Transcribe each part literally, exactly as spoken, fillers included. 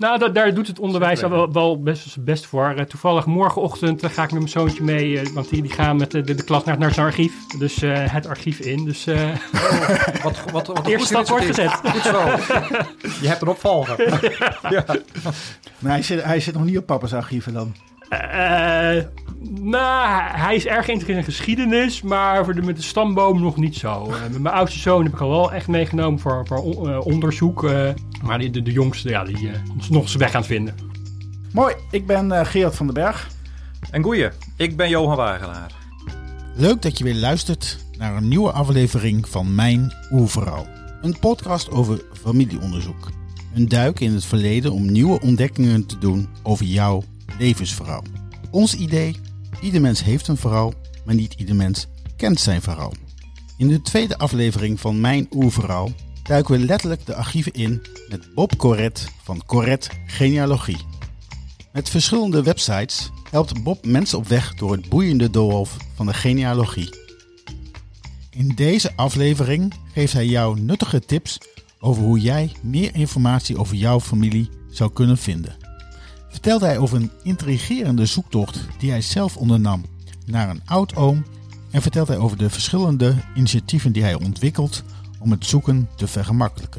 Nou, da- daar doet het onderwijs al wel, wel best, best voor. Uh, toevallig morgenochtend uh, ga ik met mijn zoontje mee, uh, want die, die gaan met de, de, de klas naar, naar zijn archief. Dus uh, het archief in. Dus uh, oh, wat, wat, wat eerste stap wordt gezet. Goed zo. Je hebt een opvolger. ja. Maar hij zit, hij zit nog niet op papa's archieven dan? Uh, nou, hij is erg geïnteresseerd in geschiedenis, maar voor de, met de stamboom nog niet zo. Uh, met mijn oudste zoon heb ik al wel echt meegenomen voor, voor on, uh, onderzoek. Uh, maar die, de, de jongste, ja, die uh, is nog zijn weg aan het vinden. Mooi, ik ben uh, Gerard van den Berg. En goeie, ik ben Johan Wagenaar. Leuk dat je weer luistert naar een nieuwe aflevering van Mijn Oervrouw. Een podcast over familieonderzoek. Een duik in het verleden om nieuwe ontdekkingen te doen over jouw levensverhaal. Ons idee: ieder mens heeft een verhaal, maar niet ieder mens kent zijn verhaal. In de tweede aflevering van Mijn Oerverhaal duiken we letterlijk de archieven in met Bob Corret van Corret Genealogie. Met verschillende websites helpt Bob mensen op weg door het boeiende doolhof van de genealogie. In deze aflevering geeft hij jou nuttige tips over hoe jij meer informatie over jouw familie zou kunnen vinden. Vertelt hij over een intrigerende zoektocht die hij zelf ondernam naar een oudoom en vertelt hij over de verschillende initiatieven die hij ontwikkelt om het zoeken te vergemakkelijken.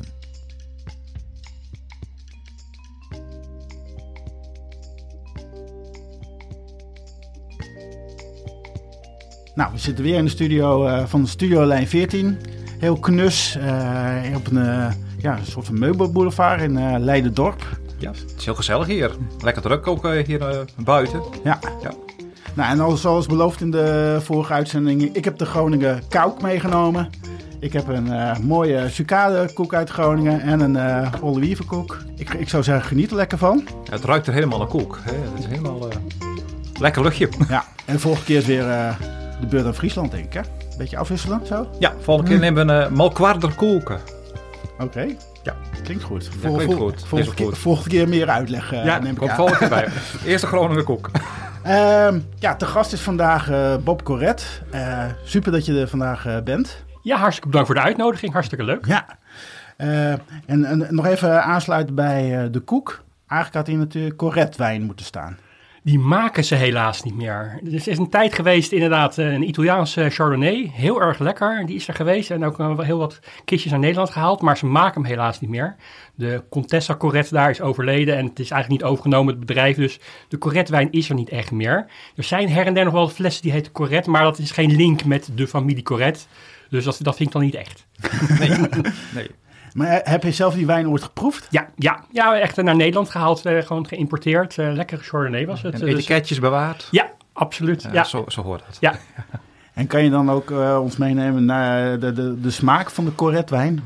Nou, we zitten weer in de studio uh, van de Studio Lijn veertien. Heel knus, uh, op een, uh, ja, een soort van meubelboulevard in uh, Leiden-dorp. Ja, het is heel gezellig hier. Lekker druk ook uh, hier uh, buiten. Ja. ja. Nou, en al zoals beloofd in de vorige uitzending, ik heb de Groningen kouk meegenomen. Ik heb een uh, mooie sucadekoek uit Groningen en een uh, olijfkoek. Ik, ik zou zeggen, geniet er lekker van. Ja, het ruikt er helemaal naar koek. Hè? Het is helemaal uh, lekker luchtje. Ja, en de volgende keer is weer uh, de beurt aan Friesland, denk ik, hè? Beetje afwisselen, zo? Ja, volgende keer nemen we een uh, malkwaarder koken. Oké. Okay. Ja. Klinkt goed. Ja, klinkt vol, goed. Volgende, keer, goed. volgende keer meer uitleg. Uh, ja, neem ik komt aan. volgende keer bij. Eerste Groninger koek. Uh, ja, te gast is vandaag uh, Bob Corret. Uh, super dat je er vandaag uh, bent. Ja, hartstikke bedankt voor de uitnodiging. Hartstikke leuk. Ja. Uh, en, en nog even aansluiten bij uh, de koek. Eigenlijk had hier natuurlijk Corret wijn moeten staan. Die maken ze helaas niet meer. Er is een tijd geweest inderdaad een Italiaanse Chardonnay. Heel erg lekker. Die is er geweest en ook heel wat kistjes naar Nederland gehaald. Maar ze maken hem helaas niet meer. De Contessa Corret daar is overleden en het is eigenlijk niet overgenomen, het bedrijf. Dus de Corret-wijn is er niet echt meer. Er zijn her en der nog wel flessen die heten Corret, maar dat is geen link met de familie Corret. Dus dat, dat vind ik dan niet echt. Nee, nee. Maar heb je zelf die wijn ooit geproefd? Ja, ja, ja echt naar Nederland gehaald, uh, gewoon geïmporteerd. Uh, lekkere Chardonnay was het. En etiketjes dus bewaard? Ja, absoluut. Ja, ja. Zo, zo hoort dat. Ja. En kan je dan ook uh, ons meenemen naar de, de, de smaak van de Corret-wijn?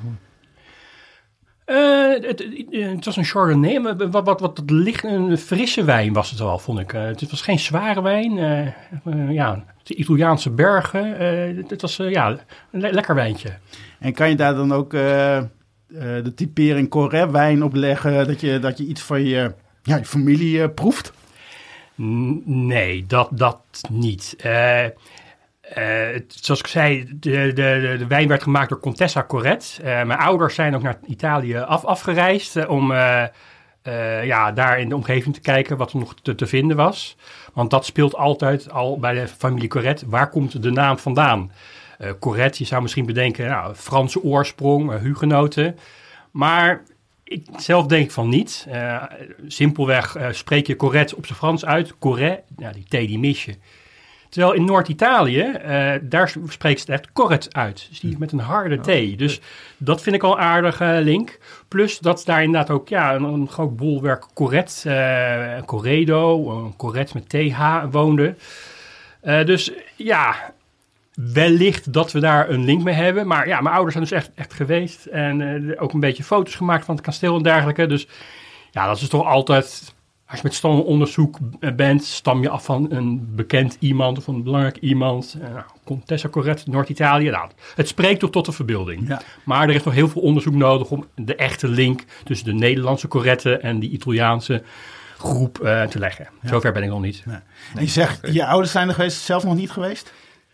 Uh, het, het was een Chardonnay, maar wat, wat, wat licht, een frisse wijn was het wel, vond ik. Uh, het was geen zware wijn. Uh, uh, ja, de Italiaanse bergen. Uh, het was uh, ja, een le- lekker wijntje. En kan je daar dan ook uh, uh, de typering Corret-wijn op leggen, dat je, dat je iets van je, ja, je familie uh, proeft? N- nee, dat, dat niet. Uh, Uh, zoals ik zei, de, de, de wijn werd gemaakt door Contessa Corret. Uh, mijn ouders zijn ook naar Italië af, afgereisd uh, om uh, uh, ja, daar in de omgeving te kijken wat er nog te, te vinden was. Want dat speelt altijd al bij de familie Corret. Waar komt de naam vandaan? Uh, Corret, je zou misschien bedenken, nou, Franse oorsprong, uh, hugenoten. Maar ik zelf denk van niet. Uh, simpelweg uh, spreek je Corret op zijn Frans uit. Corret, nou, die thee die mis je. Terwijl in Noord-Italië, uh, daar spreekt ze echt Corret uit. Dus die met een harde T. Dus dat vind ik al een aardige link. Plus dat daar inderdaad ook ja, een, een groot bolwerk Corret, uh, Corredo, een Corret met T H woonde. Uh, dus ja, wellicht dat we daar een link mee hebben. Maar ja, mijn ouders zijn dus echt, echt geweest. En uh, ook een beetje foto's gemaakt van het kasteel en dergelijke. Dus ja, dat is toch altijd... Als je met stamonderzoek bent, stam je af van een bekend iemand of een belangrijk iemand. Uh, Contessa Corret, Noord-Italië. Nou, het spreekt toch tot de verbeelding. Ja. Maar er is nog heel veel onderzoek nodig om de echte link tussen de Nederlandse Corretten en die Italiaanse groep uh, te leggen. Ja. Zover ben ik nog niet. Ja. En je zegt, je ouders zijn er geweest, zelf nog niet geweest?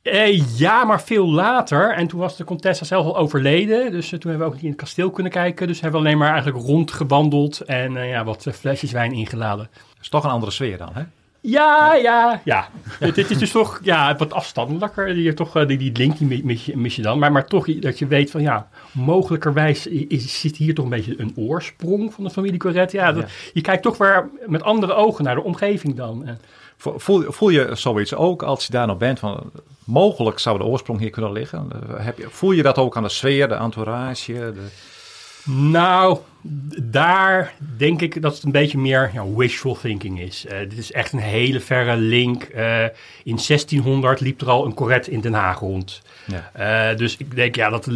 Uh, ja, maar veel later. En toen was de Contessa zelf al overleden. Dus uh, toen hebben we ook niet in het kasteel kunnen kijken. Dus hebben we alleen maar eigenlijk rondgewandeld en uh, ja, wat uh, flesjes wijn ingeladen. Dat is toch een andere sfeer dan, hè? Ja, ja, ja. Het, het is dus toch ja, wat afstandelijker. Je, toch, uh, die, die link die mis, je, mis je dan. Maar, maar toch dat je weet van ja, mogelijkerwijs is, zit hier toch een beetje een oorsprong van de familie Coret. Ja, dat, ja. Je kijkt toch weer met andere ogen naar de omgeving dan. Voel, voel je zoiets ook als je daar nog bent van mogelijk zou de oorsprong hier kunnen liggen? Heb je, voel je dat ook aan de sfeer, de entourage? De... Nou, daar denk ik dat het een beetje meer ja, wishful thinking is. Uh, dit is echt een hele verre link. Uh, in zestienhonderd liep er al een Coret in Den Haag rond. Ja. Uh, dus ik denk ja, dat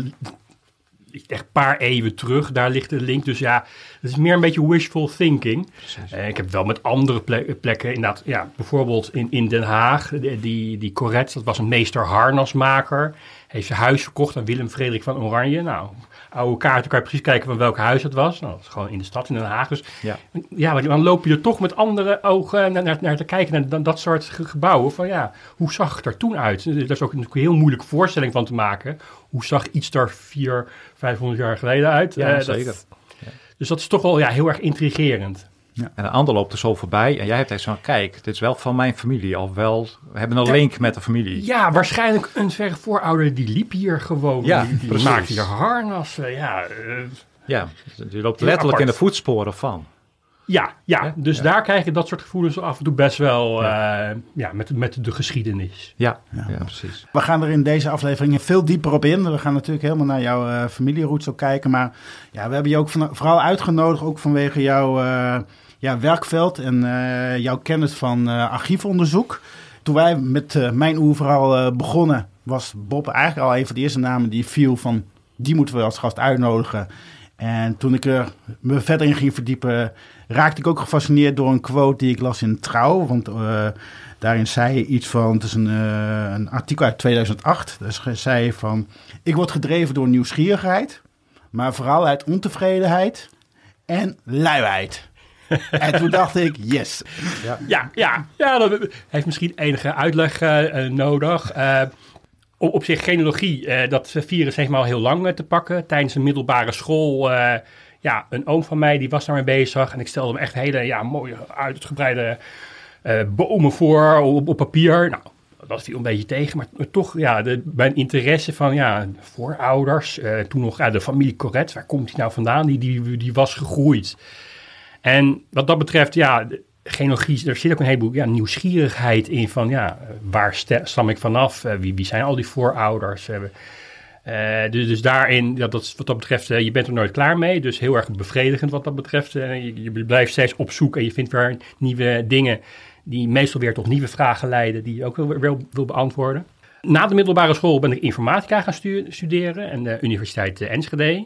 echt een paar eeuwen terug, daar ligt de link. Dus ja, het is meer een beetje wishful thinking. Uh, ik heb wel met andere plek, plekken, inderdaad, ja, bijvoorbeeld in, in Den Haag, die, die Coret, dat was een meester harnasmaker, heeft zijn huis verkocht aan Willem Frederik van Oranje. Nou, oude kaarten kan je precies kijken van welk huis het was. Nou, dat is gewoon in de stad in Den Haag. Dus ja, ja maar dan loop je er toch met andere ogen naar, naar, naar te kijken, naar dat soort gebouwen. Van ja, hoe zag het er toen uit? Daar is ook een heel moeilijke voorstelling van te maken. Hoe zag iets er vier, vijfhonderd jaar geleden uit? Ja, uh, zeker. Dat, dus dat is toch wel ja, heel erg intrigerend. Ja. En de ander loopt er zo voorbij en jij hebt echt zo'n kijk, dit is wel van mijn familie, of wel, we hebben een ja, link met de familie. Ja, waarschijnlijk een verre voorouder die liep hier gewoon, ja, die, die maakte hier harnassen. Ja, uh, ja, die loopt letterlijk apart in de voetsporen van. Ja, ja, ja dus ja. Daar krijg je dat soort gevoelens af en toe best wel ja. Uh, ja, met, met de geschiedenis. Ja, ja. ja, precies. We gaan er in deze aflevering veel dieper op in. We gaan natuurlijk helemaal naar jouw uh, familieroots ook kijken. Maar ja, we hebben je ook van, vooral uitgenodigd, ook vanwege jouw uh, ja, werkveld en uh, jouw kennis van uh, archiefonderzoek. Toen wij met uh, Mijn Oerverhaal uh, begonnen, was Bob eigenlijk al een van de eerste namen die viel van, die moeten we als gast uitnodigen. En toen ik er me verder in ging verdiepen, raakte ik ook gefascineerd door een quote die ik las in Trouw. Want uh, daarin zei je iets van, het is een, uh, een artikel uit tweeduizend acht. Dus zei je van, ik word gedreven door nieuwsgierigheid, maar vooral uit ontevredenheid en luiheid. En toen dacht ik, yes. Ja, ja, ja, ja dat heeft misschien enige uitleg uh, nodig. Uh, Op, op zich, genealogie, uh, dat virus heeft me al heel lang uh, te pakken. Tijdens een middelbare school, uh, ja, een oom van mij, die was daarmee bezig. En ik stelde hem echt hele, ja, mooie, uitgebreide uh, bomen voor op, op papier. Nou, dat viel een beetje tegen. Maar, maar toch, ja, de, mijn interesse van, ja, voorouders. Uh, toen nog, ja, de familie Coret, waar komt die nou vandaan? Die, die, die was gegroeid. En wat dat betreft, ja... genealogie, er zit ook een heleboel ja, nieuwsgierigheid in van ja, waar stam ik vanaf? Uh, wie, wie zijn al die voorouders? Uh, uh, dus, dus daarin, ja, dat, wat dat betreft, uh, je bent er nooit klaar mee. Dus heel erg bevredigend wat dat betreft. Uh, je, je blijft steeds op zoek en je vindt weer nieuwe dingen die meestal weer tot nieuwe vragen leiden die je ook wil, wil, wil beantwoorden. Na de middelbare school ben ik informatica gaan stu- studeren aan de Universiteit uh, Enschede.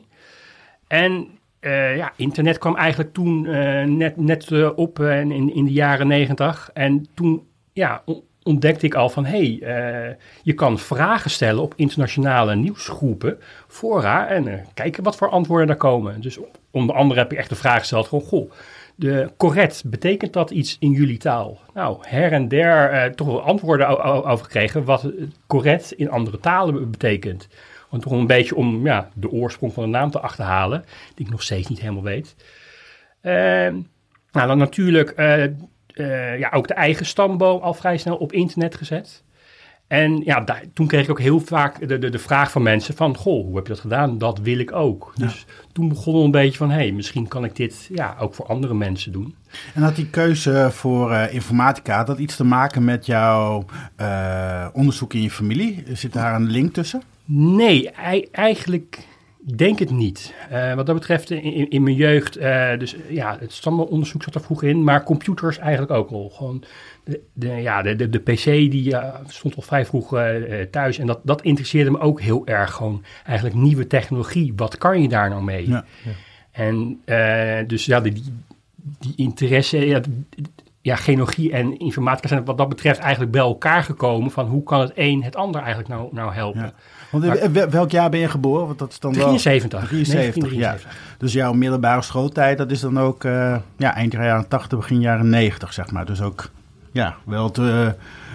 En Uh, ja, internet kwam eigenlijk toen uh, net, net uh, op uh, in, in de jaren negentig. En toen ja, ontdekte ik al van, hé, hey, uh, je kan vragen stellen op internationale nieuwsgroepen, fora, en uh, kijken wat voor antwoorden daar komen. Dus onder andere heb ik echt de vraag gesteld, gewoon, goh, de Coret, betekent dat iets in jullie taal? Nou, her en der uh, toch wel antwoorden o- o- over gekregen wat Coret in andere talen betekent. Want toch een beetje om ja, de oorsprong van de naam te achterhalen, die ik nog steeds niet helemaal weet. Uh, nou, dan natuurlijk uh, uh, ja, ook de eigen stamboom al vrij snel op internet gezet. En ja, daar, toen kreeg ik ook heel vaak de, de, de vraag van mensen van, goh, hoe heb je dat gedaan? Dat wil ik ook. Ja. Dus toen begon het een beetje van, hé, hey, misschien kan ik dit ja, ook voor andere mensen doen. En had die keuze voor uh, informatica, had dat iets te maken met jouw uh, onderzoek in je familie? Zit daar een link tussen? Nee, ei, eigenlijk denk het niet. Uh, wat dat betreft in, in, in mijn jeugd, uh, dus ja, het stambomonderzoek zat er vroeg in, maar computers eigenlijk ook al. Gewoon de, de, ja, de, de, de P C die uh, stond al vrij vroeg uh, thuis en dat, dat interesseerde me ook heel erg. Gewoon eigenlijk nieuwe technologie, wat kan je daar nou mee? Ja, ja. En uh, dus ja, die, die interesse, ja, ja, genealogie en informatica zijn wat dat betreft eigenlijk bij elkaar gekomen van hoe kan het een het ander eigenlijk nou, nou helpen. Ja. Want maar, welk jaar ben je geboren? Want dat is dan drieënzeventig. Wel drieënzeventig, ja. Dus jouw middelbare schooltijd, dat is dan ook uh, ja, eind jaren tachtig, begin jaren negentig, zeg maar. Dus ook ja, wel te,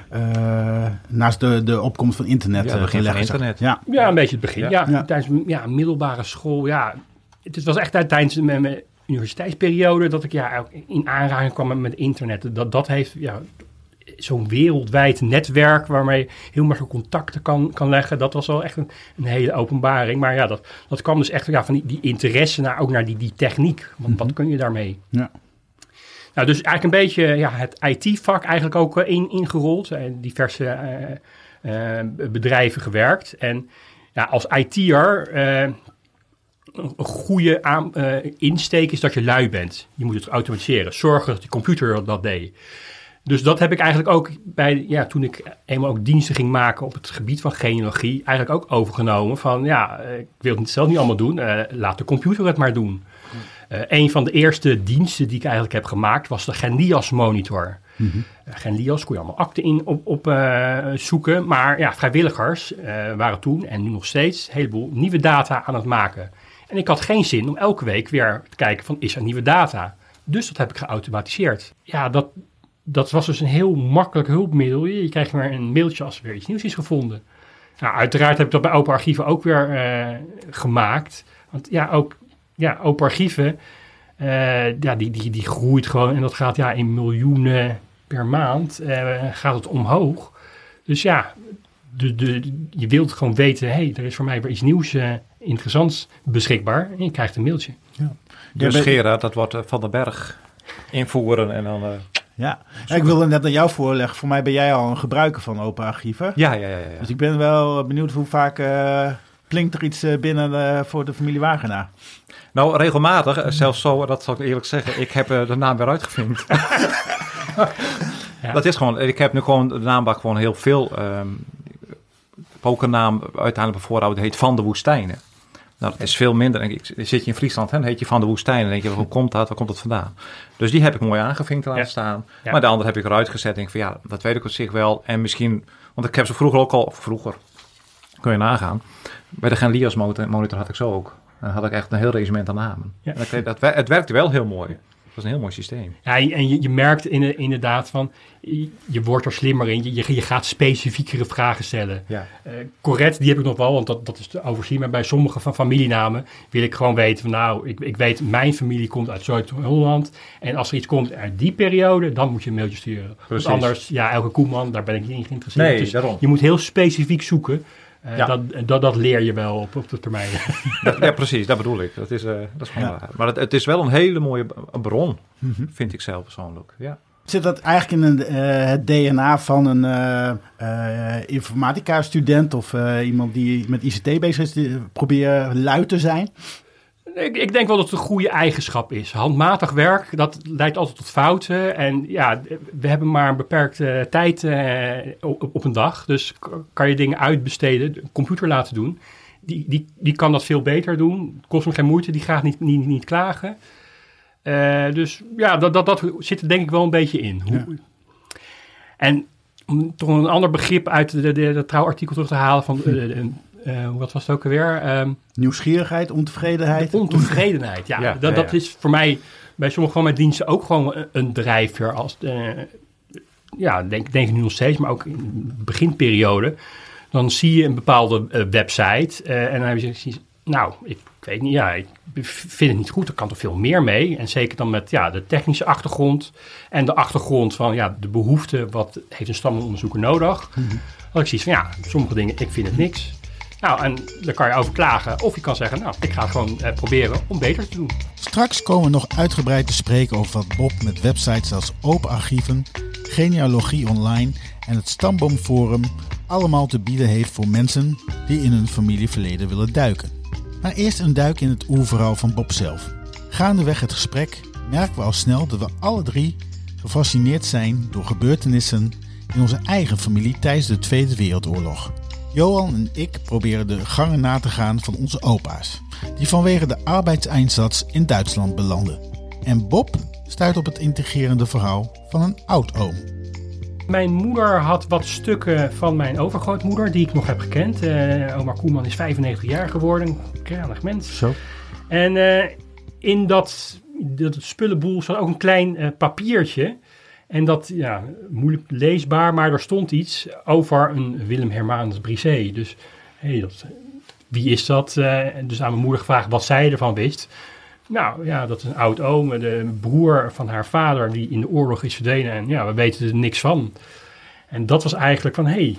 uh, naast de, de opkomst van internet Ja, het begin van gelegd. internet. Ja. Ja, een beetje het begin. Ja. Ja, Ja. tijdens ja, middelbare school. Ja, het was echt tijdens mijn, mijn universiteitsperiode dat ik ja, ook in aanraking kwam met, met internet. Dat, dat heeft ja, zo'n wereldwijd netwerk waarmee je heel makkelijk contacten kan, kan leggen. Dat was wel echt een, een hele openbaring. Maar ja, dat, dat kwam dus echt ja, van die, die interesse naar, ook naar die, die techniek. Want Mm-hmm. wat kun je daarmee? Ja. Nou, dus eigenlijk een beetje ja, het I T-vak eigenlijk ook uh, in, ingerold. En diverse uh, uh, bedrijven gewerkt. En ja, als I T'er, uh, een goede aan, uh, insteek is dat je lui bent. Je moet het automatiseren. Zorgen dat de computer dat deed. Dus dat heb ik eigenlijk ook bij, ja, toen ik eenmaal ook diensten ging maken op het gebied van genealogie, eigenlijk ook overgenomen van, ja, ik wil het zelf niet allemaal doen, uh, laat de computer het maar doen. Uh, een van de eerste diensten die ik eigenlijk heb gemaakt was de Genlias monitor. Mm-hmm. Uh, Genlias kon je allemaal akten in op, op uh, zoeken, maar ja, vrijwilligers uh, waren toen en nu nog steeds een heleboel nieuwe data aan het maken. En ik had geen zin om elke week weer te kijken van, is er nieuwe data? Dus dat heb ik geautomatiseerd. Ja, dat, dat was dus een heel makkelijk hulpmiddel. Je krijgt maar een mailtje als er weer iets nieuws is gevonden. Nou, uiteraard heb ik dat bij Open Archieven ook weer uh, gemaakt. Want ja, ook ja, Open Archieven, uh, ja, die, die, die groeit gewoon. En dat gaat ja in miljoenen per maand uh, gaat het omhoog. Dus ja, de, de, je wilt gewoon weten, hé, hey, er is voor mij weer iets nieuws, uh, interessants beschikbaar. En je krijgt een mailtje. Ja. Dus Ja, Gerard, dat wordt uh, Van den Berg invoeren en dan... Uh, Ja, ja, ik wilde net aan jou voorleggen. Voor mij ben jij al een gebruiker van Open Archieven. ja, ja, ja, ja. Dus ik ben wel benieuwd hoe vaak uh, klinkt er iets uh, binnen uh, voor de familie Wagenaar. Nou, regelmatig, uh, zelfs zo, dat zal ik eerlijk zeggen, ik heb uh, de naam weer uitgevinkt. Ja. Dat is gewoon, ik heb nu gewoon de naambak gewoon heel veel. Um, ik heb ook een naam uiteindelijk bevoorhouden, die heet Van de Woestijnen. Nou, dat is veel minder. Ik, zit je in Friesland, hè, dan heet je Van de Woestijn. Dan denk je, hoe komt dat? Waar komt dat vandaan? Dus die heb ik mooi aangevinkt laten ja. staan. Ja. Maar de andere heb ik eruit gezet. Denk van, ja, dat weet ik op zich wel. En misschien, want ik heb ze vroeger ook al, vroeger, kun je nagaan. Bij de Genlias monitor had ik zo ook. Dan had ik echt een heel regiment aan namen. Ja. En dat, dat, het werkte wel heel mooi. Dat is een heel mooi systeem. Ja, en je, je merkt in, inderdaad van, je, je wordt er slimmer in. Je, je gaat specifiekere vragen stellen. Ja. Uh, correct, die heb ik nog wel, want dat, dat is te overzien. Maar bij sommige van familienamen wil ik gewoon weten van, nou, ik, ik weet, mijn familie komt uit Zuid-Holland. En als er iets komt uit die periode, dan moet je een mailtje sturen. Want anders, ja, elke koeman, daar ben ik niet in geïnteresseerd. Nee, dus daarom. Je moet heel specifiek zoeken. Uh, ja. dat, dat, dat leer je wel op, op de termijn. dat, ja, precies, dat bedoel ik. Dat is, uh, dat is gewoon ja. waar. Maar het, het is wel een hele mooie bron, mm-hmm. vind ik zelf persoonlijk. Ja. Zit dat eigenlijk in een, uh, het D N A van een uh, uh, informatica-student of uh, iemand die met I C T bezig is, die proberen lui te zijn? Ik, ik denk wel dat het een goede eigenschap is. Handmatig werk, dat leidt altijd tot fouten. En ja, we hebben maar een beperkte tijd uh, op, op een dag. Dus kan je dingen uitbesteden, de computer laten doen. Die, die, die kan dat veel beter doen. Het kost hem geen moeite, die gaat niet, niet, niet klagen. Uh, dus ja, dat, dat, dat zit er denk ik wel een beetje in. Hoe, ja. En om toch een ander begrip uit de, de, de, de trouwartikel terug te halen van... De, de, Uh, wat was het ook alweer? Um, Nieuwsgierigheid, ontevredenheid. Ontevredenheid, ja. ja, dat, ja, ja. dat is voor mij bij sommige van mijn diensten ook gewoon een, een drijfveer. Als, uh, ja, denk, denk ik nu nog steeds, maar ook in de beginperiode. Dan zie je een bepaalde uh, website uh, en dan heb je zoiets, nou, ik, ik weet niet, ja, ik vind het niet goed. Er kan toch veel meer mee. En zeker dan met ja, de technische achtergrond en de achtergrond van ja, de behoefte, wat heeft een stammeronderzoeker nodig? Mm-hmm. Als ik zie van ja, sommige dingen, ik vind het niks. Nou, en daar kan je over klagen. Of je kan zeggen, nou, ik ga gewoon eh, proberen om beter te doen. Straks komen we nog uitgebreid te spreken over wat Bob met websites als Open Archieven, Genealogie Online en het Stamboomforum allemaal te bieden heeft voor mensen die in hun familieverleden willen duiken. Maar eerst een duik in het oerverhaal van Bob zelf. Gaandeweg het gesprek merken we al snel dat we alle drie gefascineerd zijn door gebeurtenissen in onze eigen familie tijdens de Tweede Wereldoorlog. Johan en ik proberen de gangen na te gaan van onze opa's, die vanwege de arbeidseinsatz in Duitsland belanden. En Bob stuit op het integrerende verhaal van een oud-oom. Mijn moeder had wat stukken van mijn overgrootmoeder, die ik nog heb gekend. Uh, oma Koeman is vijfennegentig jaar geworden, een kranig mens. Zo. En uh, in dat, dat spullenboel zat ook een klein uh, papiertje. En dat, ja, moeilijk leesbaar, maar er stond iets over een Willem Hermanus Brisé. Dus, hé, hey, dat, wie is dat? Uh, dus aan mijn moeder gevraagd wat zij ervan wist. Nou, ja, dat is een oud oom, de broer van haar vader die in de oorlog is verdwenen. En ja, we weten er niks van. En dat was eigenlijk van, hé, hey,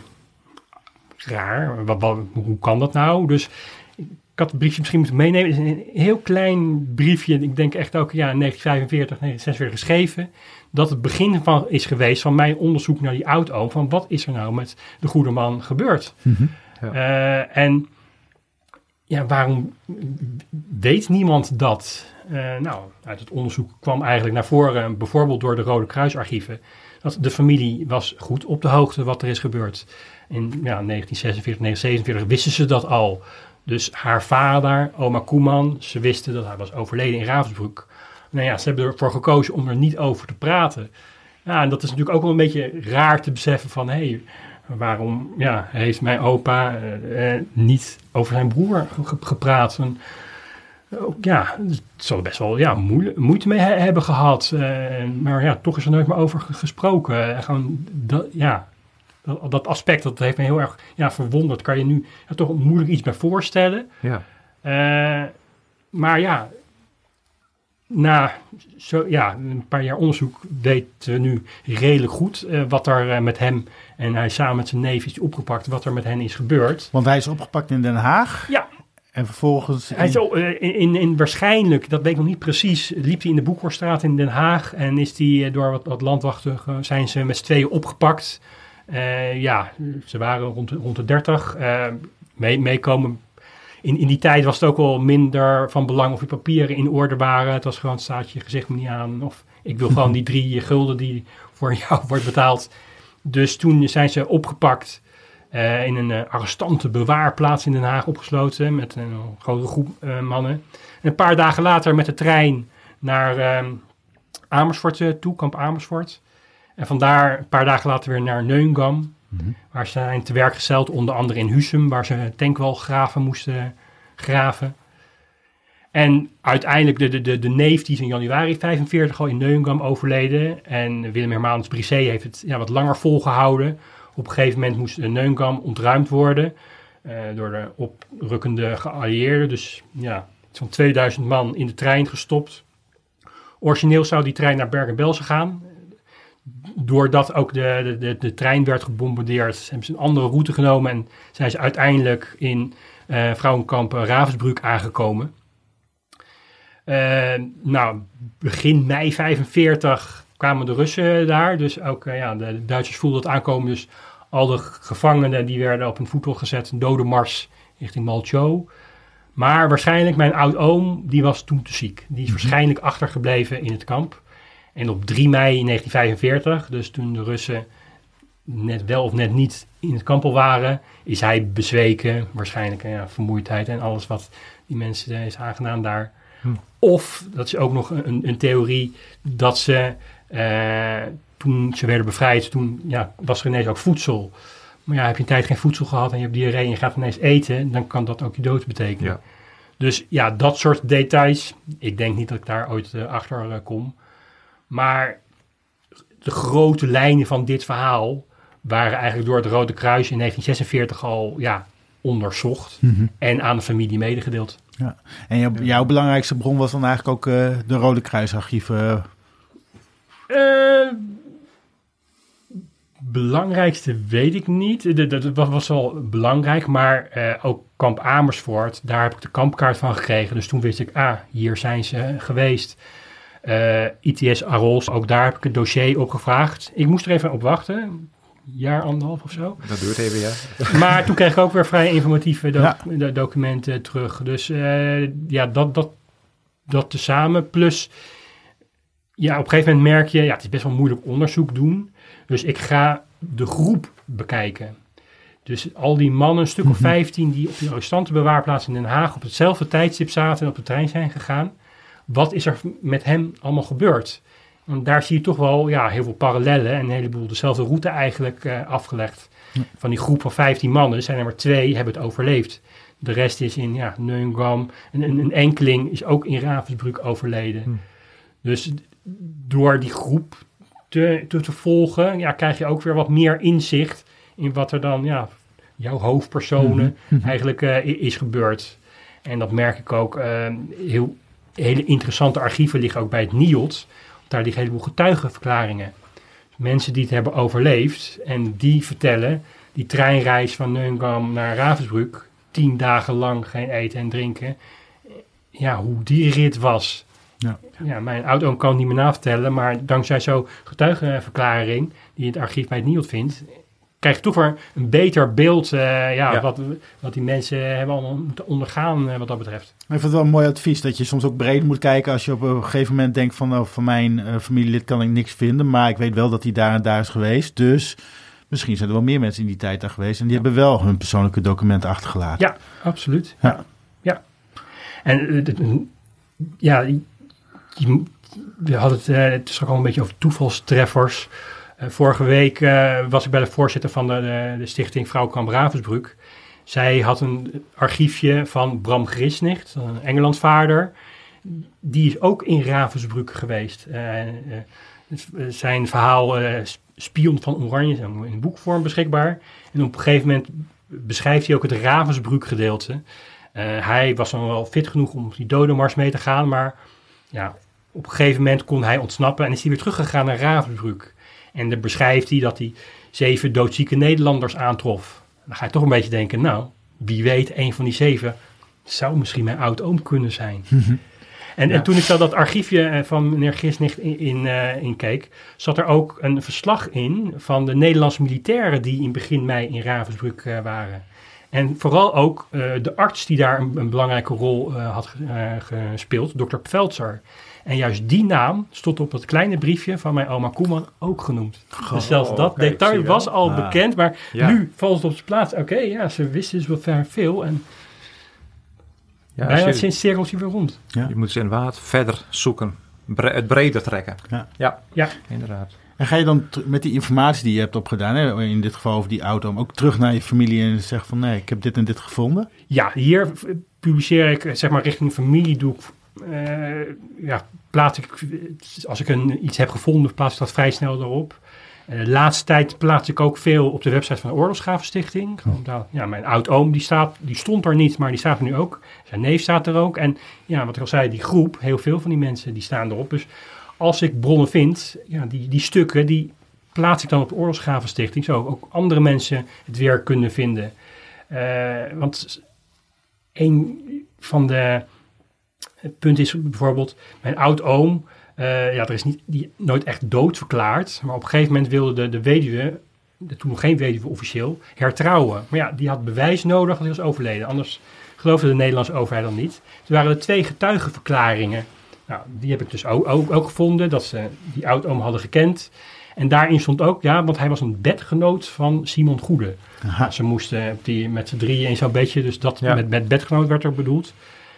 raar, wat, wat, hoe kan dat nou? Dus ik had het briefje misschien moeten meenemen. Het is een heel klein briefje, ik denk echt ook ja, negentien vijfenveertig, negentien zesenveertig geschreven. Dat het begin van is geweest van mijn onderzoek naar die oud-oom. Van wat is er nou met de goede man gebeurd? Mm-hmm. Ja. Uh, en ja, waarom weet niemand dat? Uh, nou, uit het onderzoek kwam eigenlijk naar voren, bijvoorbeeld door de Rode Kruisarchieven, dat de familie was goed op de hoogte wat er is gebeurd. In ja, negentien zesenveertig, negentien zevenenveertig wisten ze dat al. Dus haar vader, oma Koeman, ze wisten dat hij was overleden in Ravensbrück. Nou ja, ze hebben ervoor gekozen om er niet over te praten. Ja, en dat is natuurlijk ook wel een beetje raar te beseffen van, hé, hey, waarom ja, heeft mijn opa uh, uh, niet over zijn broer ge- gepraat? En, uh, ja, het zal best wel ja, moe- moeite mee he- hebben gehad. Uh, maar ja, toch is er nooit meer over g- gesproken. Uh, gewoon, dat, ja, dat, dat aspect, dat heeft me heel erg ja, verwonderd. Kan je nu ja, toch moeilijk iets bij voorstellen. Ja. Uh, maar ja, na zo, ja, een paar jaar onderzoek weten we nu redelijk goed uh, wat er uh, met hem en hij samen met zijn neef is opgepakt, wat er met hen is gebeurd. Want hij is opgepakt in Den Haag. Ja. En vervolgens... Hij is al, uh, in, in, in waarschijnlijk, dat weet ik nog niet precies, liep hij in de Boekhorststraat in Den Haag en is die uh, door wat, wat landwachten uh, zijn ze met z'n tweeën opgepakt. Uh, ja, ze waren rond, rond de dertig. Uh, mee, meekomen. In, in die tijd was het ook wel minder van belang of je papieren in orde waren. Het was gewoon, staat je gezicht me niet aan. Of ik wil gewoon die drie gulden die voor jou wordt betaald. Dus toen zijn ze opgepakt. Uh, in een uh, arrestantenbewaarplaats in Den Haag opgesloten. Met een uh, grote groep uh, mannen. En een paar dagen later met de trein naar uh, Amersfoort uh, toe. Kamp Amersfoort. En vandaar een paar dagen later weer naar Neuengamme. Mm-hmm. Waar ze zijn te werk gesteld, onder andere in Husum, waar ze tankwalgraven moesten graven. En uiteindelijk de, de, de neef, die is in januari vijfenveertig al in Neuengamme overleden. En Willem Hermanus Brisé heeft het ja, wat langer volgehouden. Op een gegeven moment moest Neuengamme ontruimd worden uh, door de oprukkende geallieerden. Dus ja, zo'n tweeduizend man in de trein gestopt. Origineel zou die trein naar Bergen-Belsen gaan. Doordat ook de, de, de, de trein werd gebombardeerd, hebben ze een andere route genomen en zijn ze uiteindelijk in uh, vrouwenkamp Ravensbrück aangekomen. Uh, nou, begin mei vijfenveertig kwamen de Russen daar, dus ook uh, ja, de Duitsers voelden het aankomen. Dus al de gevangenen die werden op een voetbal gezet, een dodenmars richting Malchow. Maar waarschijnlijk mijn oud-oom, die was toen te ziek. Die is mm-hmm. waarschijnlijk achtergebleven in het kamp. En op drie mei negentien vijfenveertig, dus toen de Russen net wel of net niet in het kamp al waren, is hij bezweken. Waarschijnlijk ja, vermoeidheid en alles wat die mensen is aangedaan daar. Hm. Of, dat is ook nog een, een theorie, dat ze uh, toen ze werden bevrijd, toen ja, was er ineens ook voedsel. Maar ja, heb je een tijd geen voedsel gehad en je hebt diarree en je gaat ineens eten, dan kan dat ook je dood betekenen. Ja. Dus ja, dat soort details. Ik denk niet dat ik daar ooit uh, achter uh, kom. Maar de grote lijnen van dit verhaal waren eigenlijk door het Rode Kruis in negentien zesenveertig al ja, onderzocht mm-hmm. en aan de familie medegedeeld. Ja. En jou, jouw belangrijkste bron was dan eigenlijk ook uh, de Rode Kruisarchieven? Uh, belangrijkste weet ik niet. Dat was, was wel belangrijk, maar uh, ook kamp Amersfoort, daar heb ik de kampkaart van gekregen. Dus toen wist ik, ah, hier zijn ze geweest. Uh, I T S Arols, ook daar heb ik het dossier opgevraagd. Ik moest er even op wachten, een jaar, anderhalf of zo. Dat duurt even, ja. Maar toen kreeg ik ook weer vrij informatieve doc- ja. documenten terug. Dus uh, ja, dat, dat, dat tezamen. Plus, ja, op een gegeven moment merk je, ja, het is best wel moeilijk onderzoek doen. Dus ik ga de groep bekijken. Dus al die mannen, een stuk of vijftien, die op die arrestantenbewaarplaats in Den Haag op hetzelfde tijdstip zaten en op de trein zijn gegaan. Wat is er met hem allemaal gebeurd? Want daar zie je toch wel ja, heel veel parallellen en een heleboel dezelfde route eigenlijk uh, afgelegd. Ja. Van die groep van vijftien mannen zijn er maar twee hebben het overleefd. De rest is in ja, Neuengamme. En een, een enkeling is ook in Ravensbrück overleden. Hm. Dus door die groep te, te, te volgen, ja, krijg je ook weer wat meer inzicht in wat er dan, ja, jouw hoofdpersonen Mm-hmm. eigenlijk uh, is gebeurd. En dat merk ik ook. Uh, heel, hele interessante archieven liggen ook bij het N I O D. Daar liggen een heleboel getuigenverklaringen. Mensen die het hebben overleefd en die vertellen die treinreis van Neuengamme naar Ravensbrück, tien dagen lang geen eten en drinken. Ja, hoe die rit was. Ja. Ja, mijn oud-oom kan het niet meer navertellen, maar dankzij zo'n getuigenverklaring die in het archief bij het N I O D vindt, krijg je toch weer een beter beeld uh, ja, Ja. Wat, wat die mensen hebben allemaal moeten ondergaan uh, wat dat betreft. Maar ik vind het wel een mooi advies dat je soms ook breed moet kijken als je op een gegeven moment denkt van oh, van mijn uh, familielid kan ik niks vinden, maar ik weet wel dat hij daar en daar is geweest. Dus misschien zijn er wel meer mensen in die tijd daar geweest en die hebben wel hun persoonlijke documenten achtergelaten. Ja, absoluut. Ja. Ja. En uh, d- ja, je, je- we hadden het, uh, het is ook al een beetje over toevalstreffers. Uh, vorige week uh, was ik bij de voorzitter van de, de, de stichting Vrouwenkamp Ravensbrück. Zij had een archiefje van Bram Grisnicht, een Engelandvaarder. Die is ook in Ravensbrück geweest. Uh, uh, zijn verhaal uh, Spion van Oranje is in boekvorm beschikbaar. En op een gegeven moment beschrijft hij ook het Ravensbrück gedeelte. Uh, hij was dan wel fit genoeg om op die dodenmars mee te gaan, maar ja, op een gegeven moment kon hij ontsnappen en is hij weer teruggegaan naar Ravensbrück. En dan beschrijft hij dat hij zeven doodzieke Nederlanders aantrof. Dan ga je toch een beetje denken, nou, wie weet, een van die zeven zou misschien mijn oud-oom kunnen zijn. En, Ja. en toen ik zo dat archiefje van meneer Grisnicht in, in, uh, in keek, zat er ook een verslag in van de Nederlandse militairen die in begin mei in Ravensbrück uh, waren. En vooral ook uh, de arts die daar een, een belangrijke rol uh, had uh, gespeeld, dokter Pveltzer. En juist die naam stond op het kleine briefje van mijn oma Koeman ook genoemd. Goh, dus zelfs dat kijk, zie detail je wel. was al Ah. bekend, maar Ja. nu valt het op zijn plaats. Oké, okay, ja, ze wisten dus wel ver veel en Ja, bijna als je, sinds cirkeltje weer rond. Ja. je moet ze inderdaad verder zoeken. Bre- het breder trekken. Ja. ja, Ja. inderdaad. En ga je dan t- met die informatie die je hebt opgedaan, hè, in dit geval over die auto, ook terug naar je familie en zeggen van nee, ik heb dit en dit gevonden? Ja, hier v- publiceer ik, zeg maar, richting familie doe ik, uh, ja, plaats ik, als ik een, iets heb gevonden, plaats ik dat vrij snel erop. Uh, de laatste tijd plaats ik ook veel op de website van de Oorlogsgravenstichting. Omdat, ja, mijn oud-oom, die, staat, die stond er niet, maar die staat er nu ook. Zijn neef staat er ook. En ja, wat ik al zei, die groep, heel veel van die mensen, die staan erop. Dus als ik bronnen vind, ja, die, die stukken, die plaats ik dan op de Oorlogsgravenstichting. Zo ook andere mensen het weer kunnen vinden. Uh, want een van de punten is bijvoorbeeld, mijn oud-oom, uh, ja, er is niet, die nooit echt dood verklaard, maar op een gegeven moment wilde de, de weduwe, de, toen nog geen weduwe officieel, hertrouwen. Maar ja, die had bewijs nodig dat hij was overleden, anders geloofde de Nederlandse overheid dan niet. Toen waren er twee getuigenverklaringen. Nou, die heb ik dus ook, ook, ook gevonden, dat ze die oud-oom hadden gekend. En daarin stond ook, ja, want hij was een bedgenoot van Simon Goede. Aha. Ze moesten die met z'n drieën in zo'n bedje, dus dat Ja. met, met bedgenoot werd er bedoeld.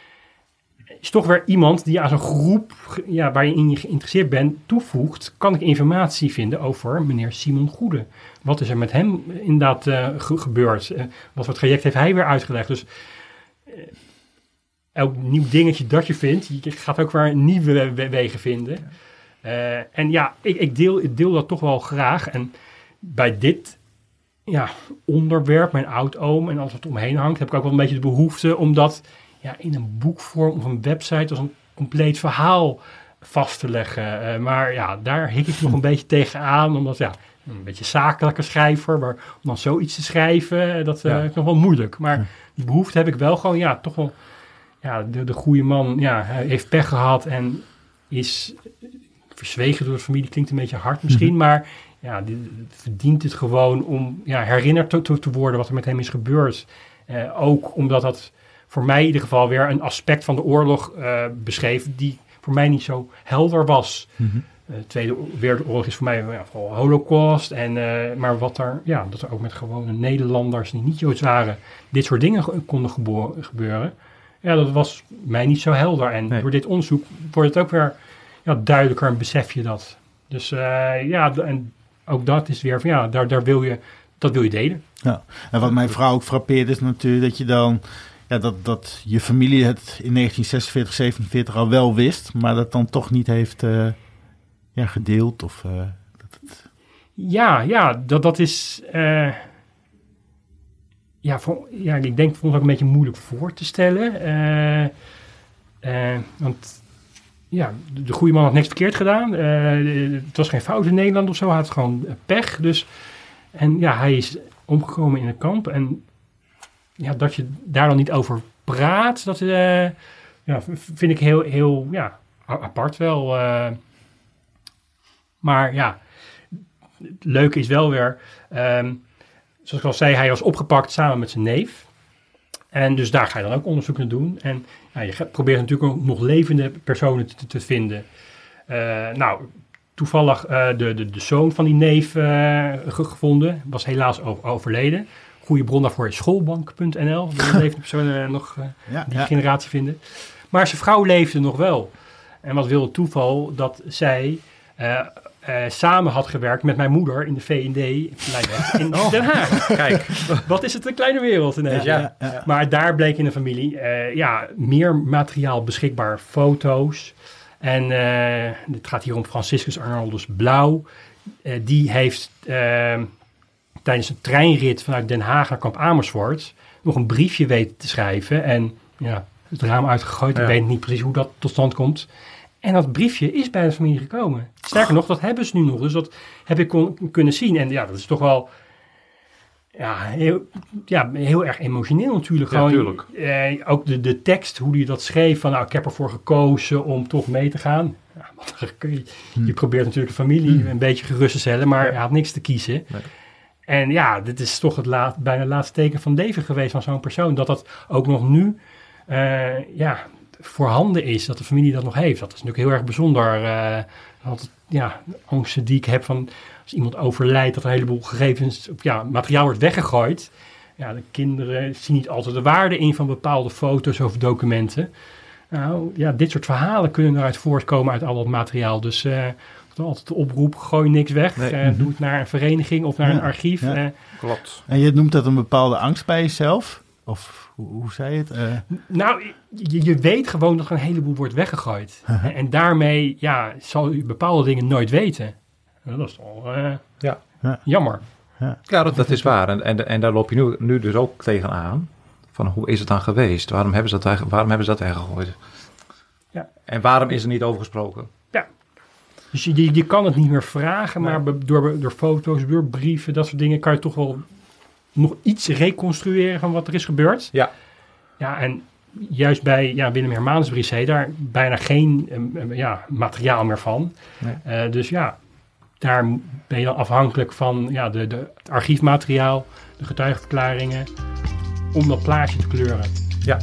Is toch weer iemand die aan zo'n groep, ja, waar je in je geïnteresseerd bent, toevoegt, kan ik informatie vinden over meneer Simon Goede. Wat is er met hem inderdaad uh, ge- gebeurd? Uh, wat voor traject heeft hij weer uitgelegd? Dus uh, elk nieuw dingetje dat je vindt, je gaat ook weer nieuwe we- wegen vinden. Uh, en ja, ik, ik, deel, ik deel dat toch wel graag. En bij dit ja, onderwerp, mijn oud-oom en alles wat omheen hangt, heb ik ook wel een beetje de behoefte om dat ja, in een boekvorm of een website als een compleet verhaal vast te leggen. Uh, maar ja, daar hik ik nog een beetje tegenaan, omdat ja, een beetje zakelijke schrijver, maar om dan zoiets te schrijven, dat uh, Ja. is nog wel moeilijk. Maar die behoefte heb ik wel gewoon, ja, toch wel, ja, de, de goede man, ja, hij heeft pech gehad en is verzwegen door de familie, klinkt een beetje hard misschien, mm-hmm. maar ja, die, verdient het gewoon om ja, herinnerd te, te, te worden wat er met hem is gebeurd. Uh, ook omdat dat voor mij in ieder geval weer een aspect van de oorlog uh, beschreef die voor mij niet zo helder was. Mm-hmm. Uh, de Tweede Wereldoorlog is voor mij ja, vooral Holocaust. En, uh, maar wat er, ja, dat er ook met gewone Nederlanders die niet Joods waren, dit soort dingen ge- konden gebo- gebeuren. Ja, dat was mij niet zo helder. En Nee. door dit onderzoek wordt het ook weer ja, duidelijker en besef je dat. Dus uh, ja, en ook dat is weer van ja, daar, daar wil je, dat wil je delen. Ja. En wat mijn vrouw ook frappeert is natuurlijk dat je dan, ja, dat, dat je familie het in negentien zesenveertig, zevenenveertig al wel wist, maar dat dan toch niet heeft uh, ja, gedeeld of uh, dat Ja, ja, dat, dat is... Uh, ja, voor, ja, ik denk voor ons ook een beetje moeilijk voor te stellen. Uh, uh, want ja, de, de goede man had niks verkeerd gedaan. Uh, het was geen fout in Nederland of zo. Hij had gewoon pech. Dus, en ja, hij is omgekomen in een kamp. En ja, dat je daar dan niet over praat, dat uh, ja, vind ik heel, heel ja, apart wel. Uh, maar ja, het leuke is wel weer... Um, Zoals ik al zei, hij was opgepakt samen met zijn neef. En dus daar ga je dan ook onderzoek naar doen. En ja, je probeert natuurlijk ook nog levende personen te, te vinden. Uh, nou, toevallig uh, de, de, de zoon van die neef uh, gevonden. Was helaas over, overleden. Goede bron daarvoor is schoolbank punt n l. De levende personen uh, nog uh, ja, die ja. generatie vinden. Maar zijn vrouw leefde nog wel. En wat wil het toeval dat zij... Uh, Uh, samen had gewerkt met mijn moeder in de V en D in oh. Den Haag. Kijk, wat is het een kleine wereld ineens. Ja, ja, ja. Maar daar bleek in de familie uh, ja, meer materiaal beschikbaar, foto's. En uh, het gaat hier om Franciscus Arnoldus Blauw. Uh, die heeft uh, tijdens een treinrit vanuit Den Haag naar kamp Amersfoort nog een briefje weten te schrijven. En ja, het raam uitgegooid. Ja. Ik weet niet precies hoe dat tot stand komt. En dat briefje is bij de familie gekomen. Sterker nog, dat hebben ze nu nog. Dus dat heb ik kon, kunnen zien. En ja, dat is toch wel ja, heel, ja, heel erg emotioneel natuurlijk. Ja, Gewoon, tuurlijk. Eh, ook de, de tekst, hoe hij dat schreef. Van nou, ik heb ervoor gekozen om toch mee te gaan. Ja, je, je probeert natuurlijk de familie een beetje gerust te stellen. Maar hij had niks te kiezen. Nee. En ja, dit is toch het laat, bijna het laatste teken van leven geweest van zo'n persoon. Dat dat ook nog nu... Uh, ja... voorhanden is, dat de familie dat nog heeft. Dat is natuurlijk heel erg bijzonder. Uh, altijd, ja, de angsten die ik heb van als iemand overlijdt, dat er een heleboel gegevens, of ja, materiaal wordt weggegooid. Ja, de kinderen zien niet altijd de waarde in van bepaalde foto's of documenten. Nou, ja, dit soort verhalen kunnen eruit voortkomen uit al dat materiaal. Dus uh, altijd de oproep, gooi niks weg. Nee. Uh, mm-hmm. Doe het naar een vereniging of naar ja, een archief. Ja. Uh, Klopt. En je noemt dat een bepaalde angst bij jezelf? Of hoe, hoe zei je het? Uh... Nou, je, je weet gewoon dat er een heleboel wordt weggegooid. Uh-huh. En, en daarmee ja, zal je bepaalde dingen nooit weten. Dat is toch uh, ja. ja. jammer. Ja, ja dat, dat is waar. En, en, en daar loop je nu, nu dus ook tegenaan. Van hoe is het dan geweest? Waarom hebben ze dat, waarom hebben ze dat weggegooid? Ja. En waarom is er niet over gesproken? Ja. Dus je, je kan het niet meer vragen, nee. maar door, door foto's, door brieven, dat soort dingen kan je toch wel... nog iets reconstrueren van wat er is gebeurd. Ja. Ja, en juist bij ja, Willem Hermanus Brisé daar bijna geen um, ja, materiaal meer van. Nee. Uh, dus ja, daar ben je dan afhankelijk van ja, de, de, het archiefmateriaal, de getuigenverklaringen, om dat plaatje te kleuren. Ja.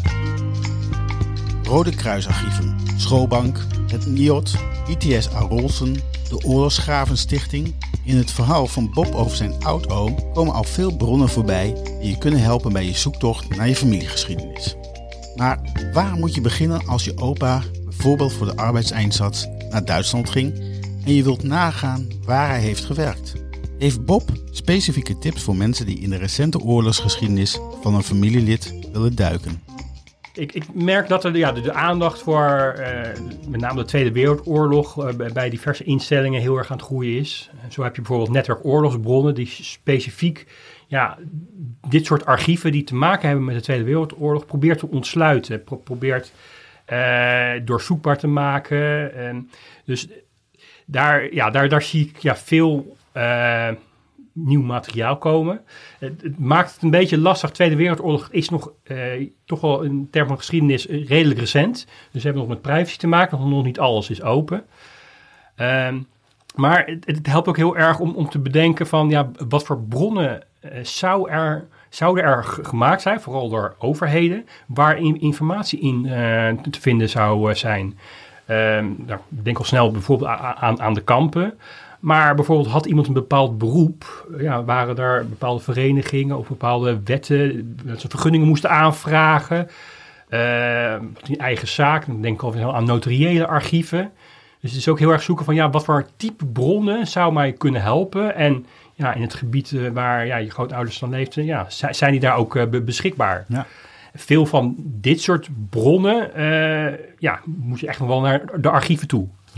Rode Kruisarchieven, Schoolbank, het N I O T, I T S Arolsen, de Oorlogsgravenstichting. In het verhaal van Bob over zijn oud-oom komen al veel bronnen voorbij die je kunnen helpen bij je zoektocht naar je familiegeschiedenis. Maar waar moet je beginnen als je opa bijvoorbeeld voor de arbeidseinsatz naar Duitsland ging en je wilt nagaan waar hij heeft gewerkt? Heeft Bob specifieke tips voor mensen die in de recente oorlogsgeschiedenis van een familielid willen duiken? Ik, ik merk dat er ja, de, de aandacht voor uh, met name de Tweede Wereldoorlog uh, bij diverse instellingen heel erg aan het groeien is. Zo heb je bijvoorbeeld netwerk oorlogsbronnen die specifiek ja, dit soort archieven die te maken hebben met de Tweede Wereldoorlog probeert te ontsluiten. Pro- probeert uh, doorzoekbaar te maken. Uh, dus daar, ja, daar, daar zie ik ja, veel... Uh, nieuw materiaal komen. Het, het maakt het een beetje lastig. Tweede Wereldoorlog is nog uh, toch wel in termen van geschiedenis uh, redelijk recent. Dus we hebben nog met privacy te maken. Nog, nog niet alles is open. Um, maar het, het helpt ook heel erg om, om te bedenken van ja, wat voor bronnen uh, zou er, zouden er g- gemaakt zijn, vooral door overheden, waar in, informatie in uh, te vinden zou uh, zijn. Um, nou, ik denk al snel bijvoorbeeld a- aan, aan de kampen. Maar bijvoorbeeld had iemand een bepaald beroep, ja, waren er bepaalde verenigingen of bepaalde wetten dat ze vergunningen moesten aanvragen. Uh, die eigen zaak, dan denk ik al aan notariële archieven. Dus het is ook heel erg zoeken van ja, wat voor type bronnen zou mij kunnen helpen. En ja, in het gebied uh, waar ja, je grootouders dan leefden, ja, zijn die daar ook uh, beschikbaar. Ja. Veel van dit soort bronnen, uh, ja, moet je echt nog wel naar de archieven toe. Ja.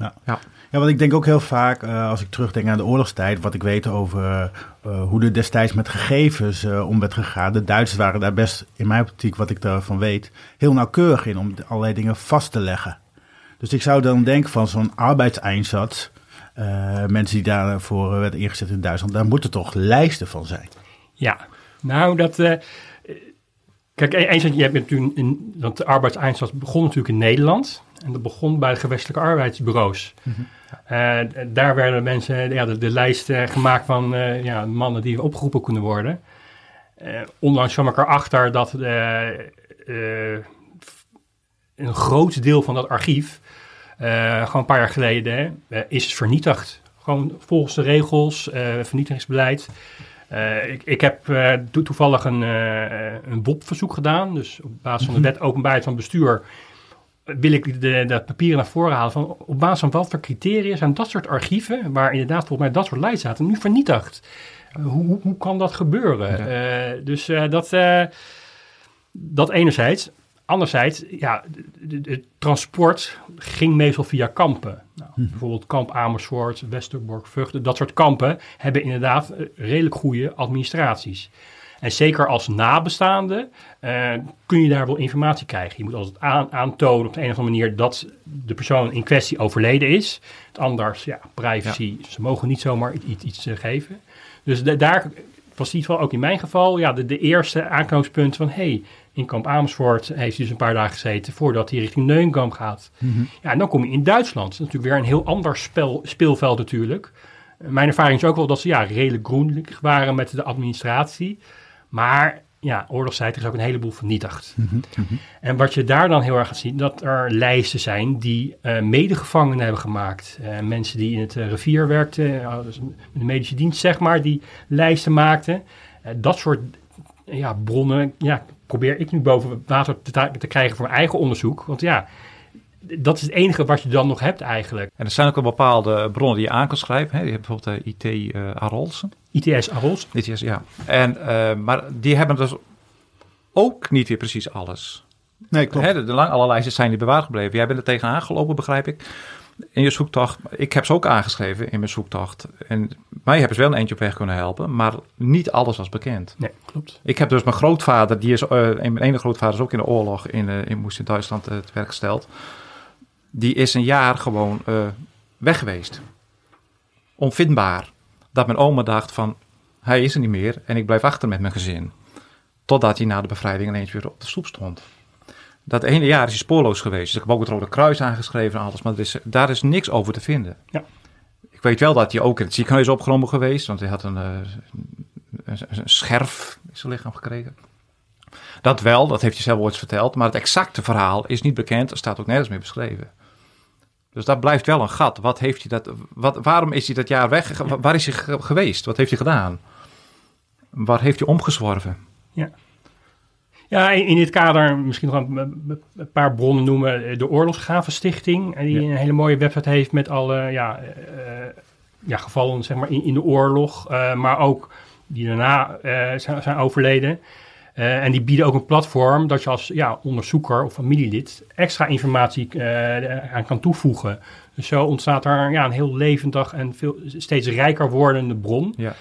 Ja. Ja. Ja, wat ik denk ook heel vaak, uh, als ik terugdenk aan de oorlogstijd, wat ik weet over uh, hoe er destijds met gegevens uh, om werd gegaan. De Duitsers waren daar best, in mijn optiek, wat ik daarvan weet, heel nauwkeurig in om allerlei dingen vast te leggen. Dus ik zou dan denken van zo'n arbeidseinsatz, uh, mensen die daarvoor werden ingezet in Duitsland, daar moeten toch lijsten van zijn. Ja, nou dat... Uh, kijk, eens je hebt natuurlijk in, want de arbeidseinsatz begon natuurlijk in Nederland. En dat begon bij de gewestelijke arbeidsbureaus. Mm-hmm. Uh, daar werden mensen ja, de, de lijst uh, gemaakt van uh, ja, mannen die opgeroepen kunnen worden. Uh, onlangs kwam ik erachter dat uh, uh, een groot deel van dat archief, uh, gewoon een paar jaar geleden, uh, is vernietigd. Gewoon volgens de regels, uh, vernietigingsbeleid. Uh, ik, ik heb uh, to- toevallig een, uh, een B O P-verzoek gedaan. Dus op basis van de wet openbaarheid van bestuur wil ik de, de papieren naar voren halen van op basis van wat voor criteria zijn dat soort archieven, waar inderdaad volgens mij dat soort lijsten zaten, nu vernietigd. Uh, hoe, hoe, hoe kan dat gebeuren? Ja. Uh, dus uh, dat, uh, dat enerzijds. Anderzijds, ja, het transport ging meestal via kampen. Nou, hm. Bijvoorbeeld kamp Amersfoort, Westerbork, Vught. Dat soort kampen hebben inderdaad redelijk goede administraties. En zeker als nabestaande uh, kun je daar wel informatie krijgen. Je moet altijd aan, aantonen op de een of andere manier dat de persoon in kwestie overleden is. Het anders, ja, privacy, ja. Ze mogen niet zomaar iets, iets uh, geven. Dus de, daar was in ieder geval ook in mijn geval ja, de, de eerste aanknopingspunt van hey, in kamp Amersfoort heeft hij dus een paar dagen gezeten voordat hij richting Neuenkamp gaat. Mm-hmm. Ja, en dan kom je in Duitsland. Dat is natuurlijk weer een heel ander spel, speelveld natuurlijk. Mijn ervaring is ook wel dat ze ja, redelijk groenlijk waren met de administratie. Maar ja, oorlogstijd is ook een heleboel vernietigd. Mm-hmm. En wat je daar dan heel erg gaat zien, dat er lijsten zijn die uh, medegevangenen hebben gemaakt. Uh, mensen die in het uh, rivier werkten, uh, dus de medische dienst zeg maar, die lijsten maakten. Uh, dat soort ja, bronnen ja, probeer ik nu boven water te, te krijgen voor mijn eigen onderzoek. Want ja, dat is het enige wat je dan nog hebt eigenlijk. En er zijn ook wel bepaalde bronnen die je aan kan schrijven. Hè? Je hebt bijvoorbeeld de I T uh, Arolsen. I T S Arolsen. I T S, ja. En, uh, maar die hebben dus ook niet weer precies alles. Nee, klopt. Hè, de, de lang, alle lijsten zijn niet bewaard gebleven. Jij bent er tegenaan gelopen, begrijp ik, in je zoektocht. Ik heb ze ook aangeschreven in mijn zoektocht. En mij hebben ze wel een eentje op weg kunnen helpen, maar niet alles was bekend. Nee, klopt. Ik heb dus mijn grootvader, die is, uh, mijn ene grootvader is ook in de oorlog, in, uh, in, moest in Duitsland uh, te werk gesteld. Die is een jaar gewoon uh, weg geweest. Onvindbaar. Dat mijn oma dacht van, hij is er niet meer en ik blijf achter met mijn gezin. Totdat hij na de bevrijding ineens weer op de stoep stond. Dat ene jaar is hij spoorloos geweest. Dus ik heb ook het Rode Kruis aangeschreven en alles. Maar er is, daar is niks over te vinden. Ja. Ik weet wel dat hij ook in het ziekenhuis is opgenomen geweest. Want hij had een, uh, een, een scherf in zijn lichaam gekregen. Dat wel, dat heeft hij zelf ooit verteld. Maar het exacte verhaal is niet bekend. Er staat ook nergens meer beschreven. Dus dat blijft wel een gat. Wat heeft hij dat, wat, waarom is hij dat jaar weg? Waar is hij geweest? Wat heeft hij gedaan? Waar heeft hij omgezworven? Ja. Ja, in dit kader misschien nog een, een paar bronnen noemen. De Oorlogsgravenstichting, die ja. een hele mooie website heeft met alle ja, uh, ja, gevallen zeg maar, in, in de oorlog. Uh, maar ook die daarna uh, zijn, zijn overleden. Uh, en die bieden ook een platform dat je als ja, onderzoeker of familielid extra informatie uh, aan kan toevoegen. Dus zo ontstaat er ja, een heel levendig en veel, steeds rijker wordende bron. Ja.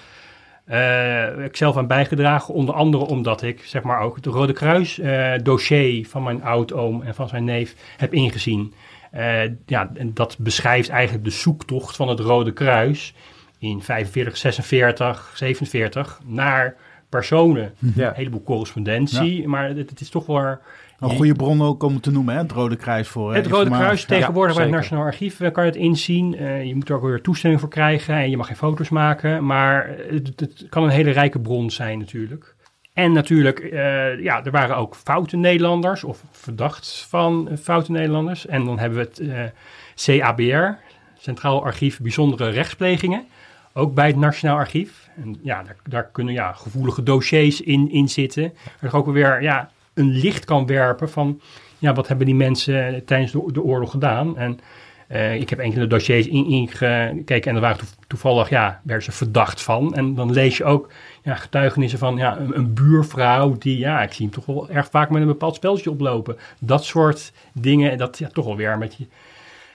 Uh, ik zelf aan bijgedragen, onder andere omdat ik zeg maar ook het Rode Kruis uh, dossier van mijn oudoom en van zijn neef heb ingezien. Uh, ja, en dat beschrijft eigenlijk de zoektocht van het Rode Kruis in vijfenveertig, zesenveertig, zevenenveertig naar personen. Ja. Een heleboel correspondentie, ja. maar het, het is toch wel... Een goede bron ook om te noemen, hè? Het Rode Kruis voor Het Rode Kruis, tegenwoordig ja, bij het Nationaal Archief uh, kan je het inzien. Uh, je moet er ook weer toestemming voor krijgen en je mag geen foto's maken. Maar het, het kan een hele rijke bron zijn natuurlijk. En natuurlijk, uh, ja, er waren ook foute Nederlanders of verdacht van foute Nederlanders. En dan hebben we het uh, C A B R, Centraal Archief Bijzondere Rechtsplegingen. Ook bij het Nationaal Archief. En ja, daar, daar kunnen ja, gevoelige dossiers in, in zitten. Er ook weer ja, een licht kan werpen van ja, wat hebben die mensen tijdens de, de oorlog gedaan. En uh, ik heb enkele dossiers ingekeken in en er waren to, toevallig, ja, werden ze verdacht van. En dan lees je ook ja, getuigenissen van ja, een, een buurvrouw die, ja, ik zie hem toch wel erg vaak met een bepaald speltje oplopen. Dat soort dingen, dat ja, toch wel weer met je...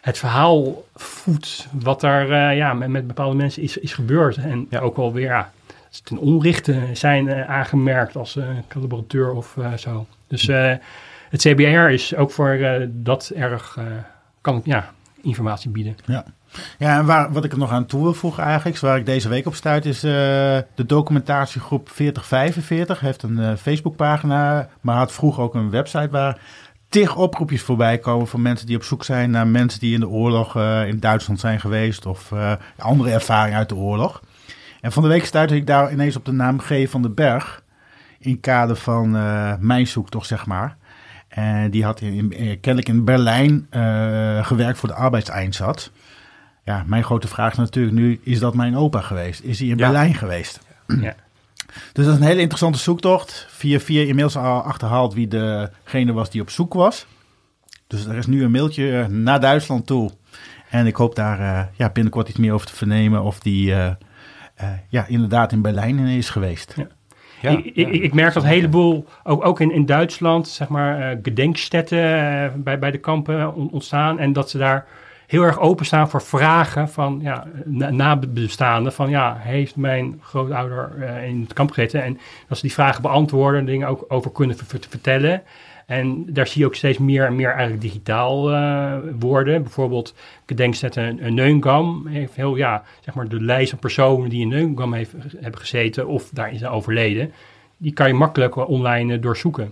het verhaal voedt wat daar uh, ja, met, met bepaalde mensen is, is gebeurd. En ja. ook wel weer ja, ten onrechte zijn uh, aangemerkt als uh, collaborateur of uh, zo. Dus uh, het C B R is ook voor uh, dat erg, uh, kan ja, informatie bieden. Ja, ja en waar, wat ik er nog aan toe wil voegen eigenlijk, waar ik deze week op stuit, is uh, de documentatiegroep veertig vijfenveertig. Heeft een uh, Facebookpagina, maar had vroeger ook een website waar tig oproepjes voorbij komen van mensen die op zoek zijn naar mensen die in de oorlog uh, in Duitsland zijn geweest of uh, andere ervaringen uit de oorlog. En van de week stuitte ik daar ineens op de naam G. van den Berg in kader van uh, mijn zoektocht, zeg maar. En die had in, in, kennelijk in Berlijn uh, gewerkt voor de arbeidseinsatz. Ja, mijn grote vraag is natuurlijk nu, is dat mijn opa geweest? Is hij in ja. Berlijn geweest? Ja. Dus dat is een hele interessante zoektocht. Via via inmiddels al achterhaald wie degene was die op zoek was. Dus er is nu een mailtje naar Duitsland toe. En ik hoop daar uh, ja, binnenkort iets meer over te vernemen of die uh, uh, ja, inderdaad in Berlijn is geweest. Ja. Ja, ik, ja. Ik, ik merk dat een heleboel, ook, ook in, in Duitsland, zeg maar, uh, gedenkstätten uh, bij, bij de kampen ontstaan. En dat ze daar heel erg openstaan voor vragen van ja, nabestaanden. Van ja, heeft mijn grootouder uh, in het kamp gezeten? En dat ze die vragen beantwoorden en dingen ook over kunnen ver- vertellen. En daar zie je ook steeds meer en meer eigenlijk digitaal uh, worden. Bijvoorbeeld gedenkstätten uh, Neuengamme heeft heel, ja, zeg maar de lijst van personen die in Neuengamme heeft, hebben gezeten of daar is overleden. Die kan je makkelijk online uh, doorzoeken.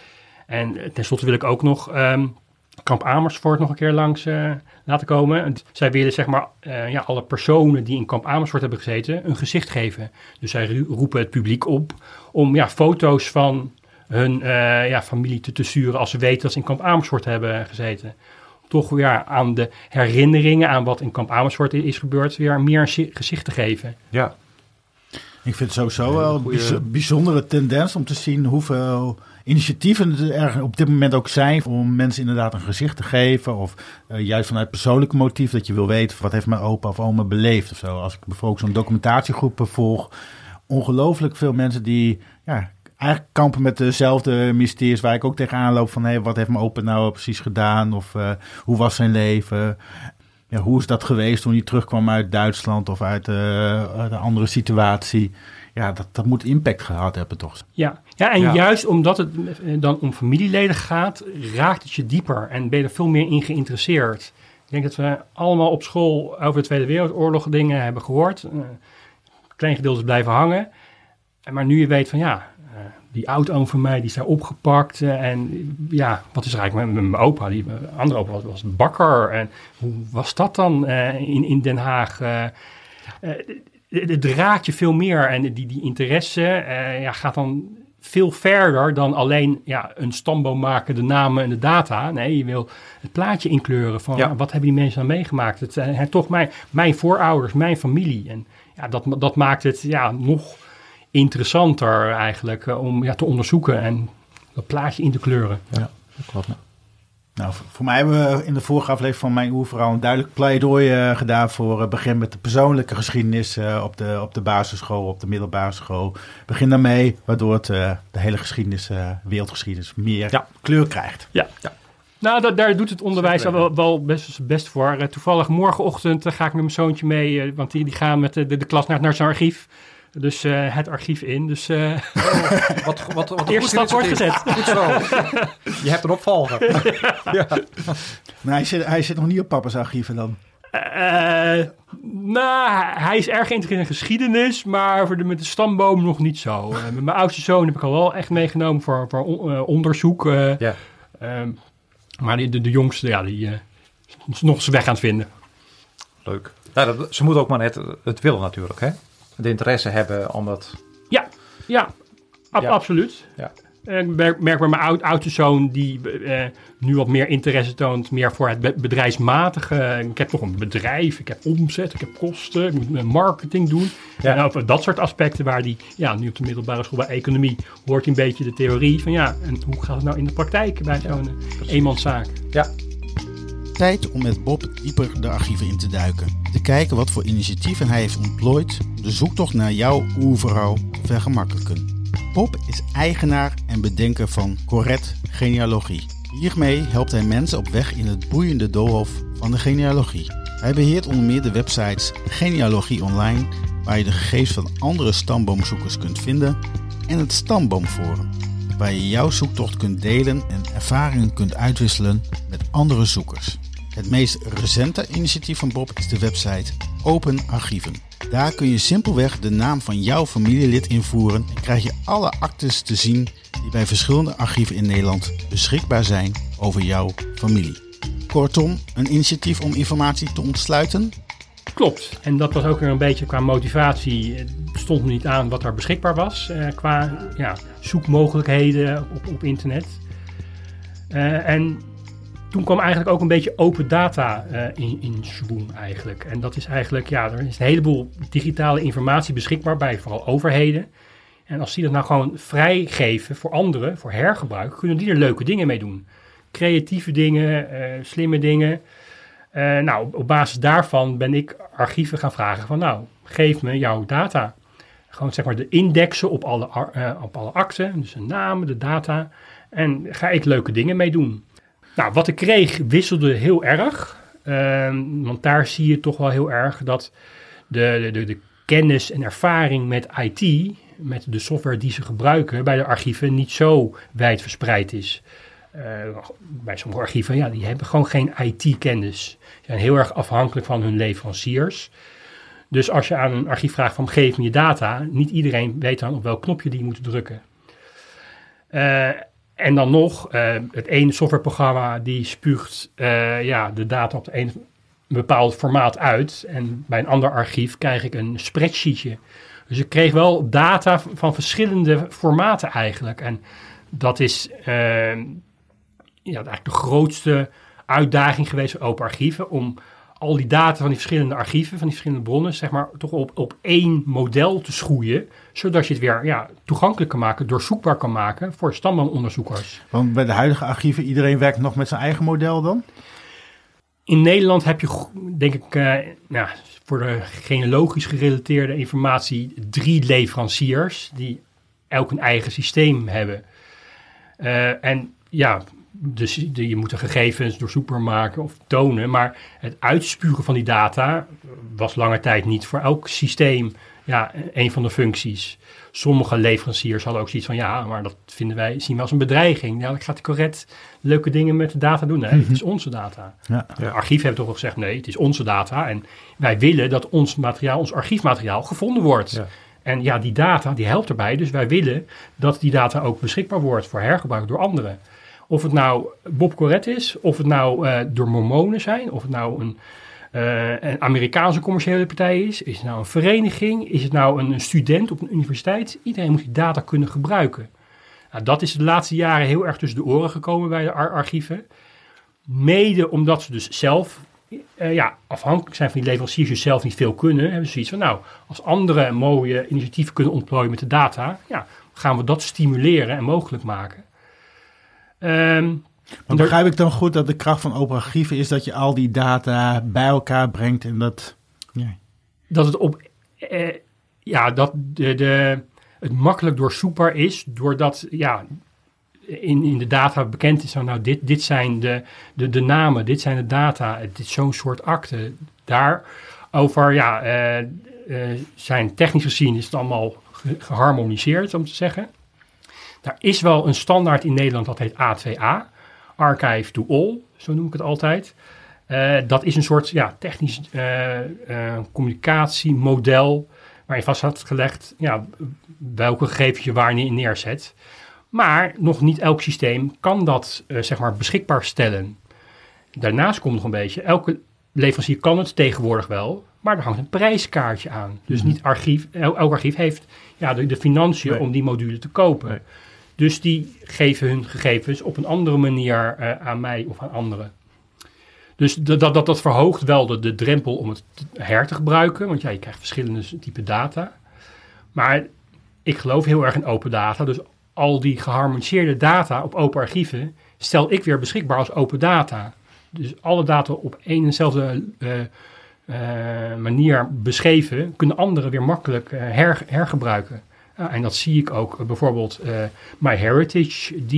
En uh, tenslotte wil ik ook nog um, Kamp Amersfoort nog een keer langs uh, laten komen. En zij willen zeg maar uh, ja, alle personen die in Kamp Amersfoort hebben gezeten een gezicht geven. Dus zij roepen het publiek op om ja, foto's van hun uh, ja, familie te, te sturen als ze weten dat ze in Kamp Amersfoort hebben gezeten. Toch weer aan de herinneringen aan wat in Kamp Amersfoort is gebeurd weer meer een gezicht te geven. Ja. Ik vind het sowieso wel een goeie... bijzondere tendens om te zien hoeveel initiatieven er op dit moment ook zijn om mensen inderdaad een gezicht te geven. Of uh, juist vanuit persoonlijke motief dat je wil weten wat heeft mijn opa of oma beleefd of zo. Als ik bijvoorbeeld zo'n documentatiegroep volg, ongelooflijk veel mensen die ja, eigenlijk kampen met dezelfde mysteries waar ik ook tegenaan loop van hey, wat heeft mijn opa nou precies gedaan of uh, hoe was zijn leven? Ja, hoe is dat geweest toen hij terugkwam uit Duitsland of uit, uh, uit een andere situatie? Ja, dat, dat moet impact gehad hebben toch? Ja, ja en ja. juist omdat het dan om familieleden gaat, raakt het je dieper en ben je er veel meer in geïnteresseerd. Ik denk dat we allemaal op school over de Tweede Wereldoorlog dingen hebben gehoord. Uh, klein gedeelte is blijven hangen. Maar nu je weet van ja, uh, die oud-oom van mij die is daar opgepakt. Uh, en ja, wat is er eigenlijk met, met mijn opa? Die uh, andere opa was, was bakker. En hoe was dat dan uh, in, in Den Haag? Uh, uh, het raakt je veel meer. En die, die interesse uh, ja, gaat dan veel verder dan alleen ja, een stamboom maken, de namen en de data. Nee, je wil het plaatje inkleuren van ja. wat hebben die mensen dan meegemaakt? Het zijn toch mijn, mijn voorouders, mijn familie. En ja, dat, dat maakt het ja, nog interessanter eigenlijk uh, om ja, te onderzoeken en dat plaatje in te kleuren. Ja, dat klopt. Nou, voor, voor mij hebben we in de vorige aflevering van Mijn Oerverhaal een duidelijk pleidooi uh, gedaan voor uh, begin met de persoonlijke geschiedenis uh, op, de, op de basisschool, op de middelbare school. Begin daarmee, waardoor het, uh, de hele geschiedenis, uh, wereldgeschiedenis, meer ja. kleur krijgt. Ja, ja. Nou, dat, daar doet het onderwijs wel, wel best, best voor. Uh, toevallig morgenochtend uh, ga ik met mijn zoontje mee, uh, want die, die gaan met de, de, de klas naar, naar zijn archief. Dus uh, het archief in. Dus uh, oh, wat, wat, wat eerste stap wordt gezet. Goed zo. Je hebt een opvolger. Ja. Nou, hij, zit, hij zit nog niet op papa's archieven dan. Uh, nou, hij is erg geïnteresseerd in geschiedenis, maar voor de, met de stamboom nog niet zo. Uh, met mijn oudste zoon heb ik al wel echt meegenomen voor, voor on, uh, onderzoek. Uh, ja. uh, maar de, de, de jongste, ja, die uh, is nog zijn weg aan het vinden. Leuk. Ja, dat, ze moeten ook maar net het willen natuurlijk, hè? De interesse hebben om dat... Ja, ja, ab- ja. absoluut. Ja. Ik merk, merk bij mijn oud, oudste zoon die uh, nu wat meer interesse toont, meer voor het be- bedrijfsmatige. Ik heb nog een bedrijf, ik heb omzet, ik heb kosten, ik moet marketing doen. Ja. En over dat soort aspecten waar die, ja, nu op de middelbare school bij economie hoort een beetje de theorie van ja, en hoe gaat het nou in de praktijk bij zo'n ja, eenmanszaak? Ja. Tijd om met Bob dieper de archieven in te duiken. Te kijken wat voor initiatieven hij heeft ontplooid om de zoektocht naar jouw oerverhaal te vergemakkelijken. Bob is eigenaar en bedenker van Correct Genealogie. Hiermee helpt hij mensen op weg in het boeiende doolhof van de genealogie. Hij beheert onder meer de websites Genealogie Online, waar je de gegevens van andere stamboomzoekers kunt vinden, en het Stamboomforum, waar je jouw zoektocht kunt delen en ervaringen kunt uitwisselen met andere zoekers. Het meest recente initiatief van Bob is de website Open Archieven. Daar kun je simpelweg de naam van jouw familielid invoeren en krijg je alle actes te zien die bij verschillende archieven in Nederland beschikbaar zijn over jouw familie. Kortom, een initiatief om informatie te ontsluiten? Klopt. En dat was ook weer een beetje qua motivatie. Het stond me niet aan wat er beschikbaar was eh, qua ja, zoekmogelijkheden op, op internet. Uh, en toen kwam eigenlijk ook een beetje open data uh, in, in Swoon eigenlijk. En dat is eigenlijk, ja, er is een heleboel digitale informatie beschikbaar bij vooral overheden. En als die dat nou gewoon vrijgeven voor anderen, voor hergebruik, kunnen die er leuke dingen mee doen. Creatieve dingen, uh, slimme dingen. Uh, nou, op, op basis daarvan ben ik archieven gaan vragen van nou, geef me jouw data. Gewoon zeg maar de indexen op alle, uh, op alle akten, dus de namen, de data. En ga ik leuke dingen mee doen. Nou, wat ik kreeg wisselde heel erg. Uh, want daar zie je toch wel heel erg dat de, de, de kennis en ervaring met I T, met de software die ze gebruiken bij de archieven, niet zo wijd verspreid is. Uh, bij sommige archieven, ja, die hebben gewoon geen I T-kennis. Ze zijn heel erg afhankelijk van hun leveranciers. Dus als je aan een archief vraagt van geef me je data, niet iedereen weet dan op welk knopje die moet drukken. Uh, en dan nog, uh, het ene softwareprogramma die spuugt uh, ja, de data op een bepaald formaat uit. En bij een ander archief krijg ik een spreadsheetje. Dus ik kreeg wel data van verschillende formaten eigenlijk. En dat is uh, ja, eigenlijk de grootste uitdaging geweest voor open archieven. Om al die data van die verschillende archieven, van die verschillende bronnen, zeg maar, toch op, op één model te schroeien. Zodat je het weer ja, toegankelijk kan maken, doorzoekbaar kan maken voor stamboomonderzoekers. Want bij de huidige archieven, iedereen werkt nog met zijn eigen model dan? In Nederland heb je, denk ik, uh, nou, voor de genealogisch gerelateerde informatie drie leveranciers die elk een eigen systeem hebben. Uh, en ja, dus de, je moet de gegevens doorzoekbaar maken of tonen, maar het uitspugen van die data was lange tijd niet voor elk systeem ja, een van de functies. Sommige leveranciers hadden ook zoiets van, ja, maar dat vinden wij, zien we als een bedreiging. Ja, ik ga correct leuke dingen met de data doen. Nee, mm-hmm. Het is onze data. Ja. De archieven hebben toch al gezegd, nee, het is onze data. En wij willen dat ons materiaal, ons archiefmateriaal gevonden wordt. Ja. En ja, die data, die helpt erbij. Dus wij willen dat die data ook beschikbaar wordt voor hergebruik door anderen. Of het nou Bob Corret is, of het nou uh, door mormonen zijn, of het nou een, uh, een Amerikaanse commerciële partij is, is het nou een vereniging, is het nou een, een student op een universiteit. Iedereen moet die data kunnen gebruiken. Nou, dat is de laatste jaren heel erg tussen de oren gekomen bij de ar- archieven. Mede omdat ze dus zelf uh, ja, afhankelijk zijn van die leveranciers, dus zelf niet veel kunnen. Hebben ze zoiets van, nou, als anderen mooie initiatieven kunnen ontplooien met de data, ja, gaan we dat stimuleren en mogelijk maken. Um, maar begrijp ik dan goed dat de kracht van open archieven is dat je al die data bij elkaar brengt en dat... Ja. Dat het op... Eh, ja, dat de, de, het makkelijk doorzoekbaar is, doordat ja, in, in de data bekend is, nou dit, dit zijn de, de, de namen, dit zijn de data, dit is zo'n soort akte. Daarover ja, uh, uh, zijn technisch gezien is het allemaal ge- geharmoniseerd, om te zeggen. Daar is wel een standaard in Nederland, dat heet A twee A, Archive to All, zo noem ik het altijd. Uh, dat is een soort ja, technisch uh, uh, communicatiemodel waarin vast had gelegd ja, welke gegevens je waar neerzet. Maar nog niet elk systeem kan dat uh, zeg maar beschikbaar stellen. Daarnaast komt nog een beetje, elke leverancier kan het tegenwoordig wel, maar er hangt een prijskaartje aan. Dus niet archief, el, elk archief heeft ja, de, de financiën nee. om die module te kopen. Nee. Dus die geven hun gegevens op een andere manier uh, aan mij of aan anderen. Dus dat, dat, dat, dat verhoogt wel de, de drempel om het her te gebruiken. Want ja, je krijgt verschillende typen data. Maar ik geloof heel erg in open data. Dus al die geharmoniseerde data op open archieven stel ik weer beschikbaar als open data. Dus alle data op één en dezelfde uh, uh, manier beschreven kunnen anderen weer makkelijk uh, her, hergebruiken. Uh, en dat zie ik ook uh, bijvoorbeeld uh, MyHeritage, die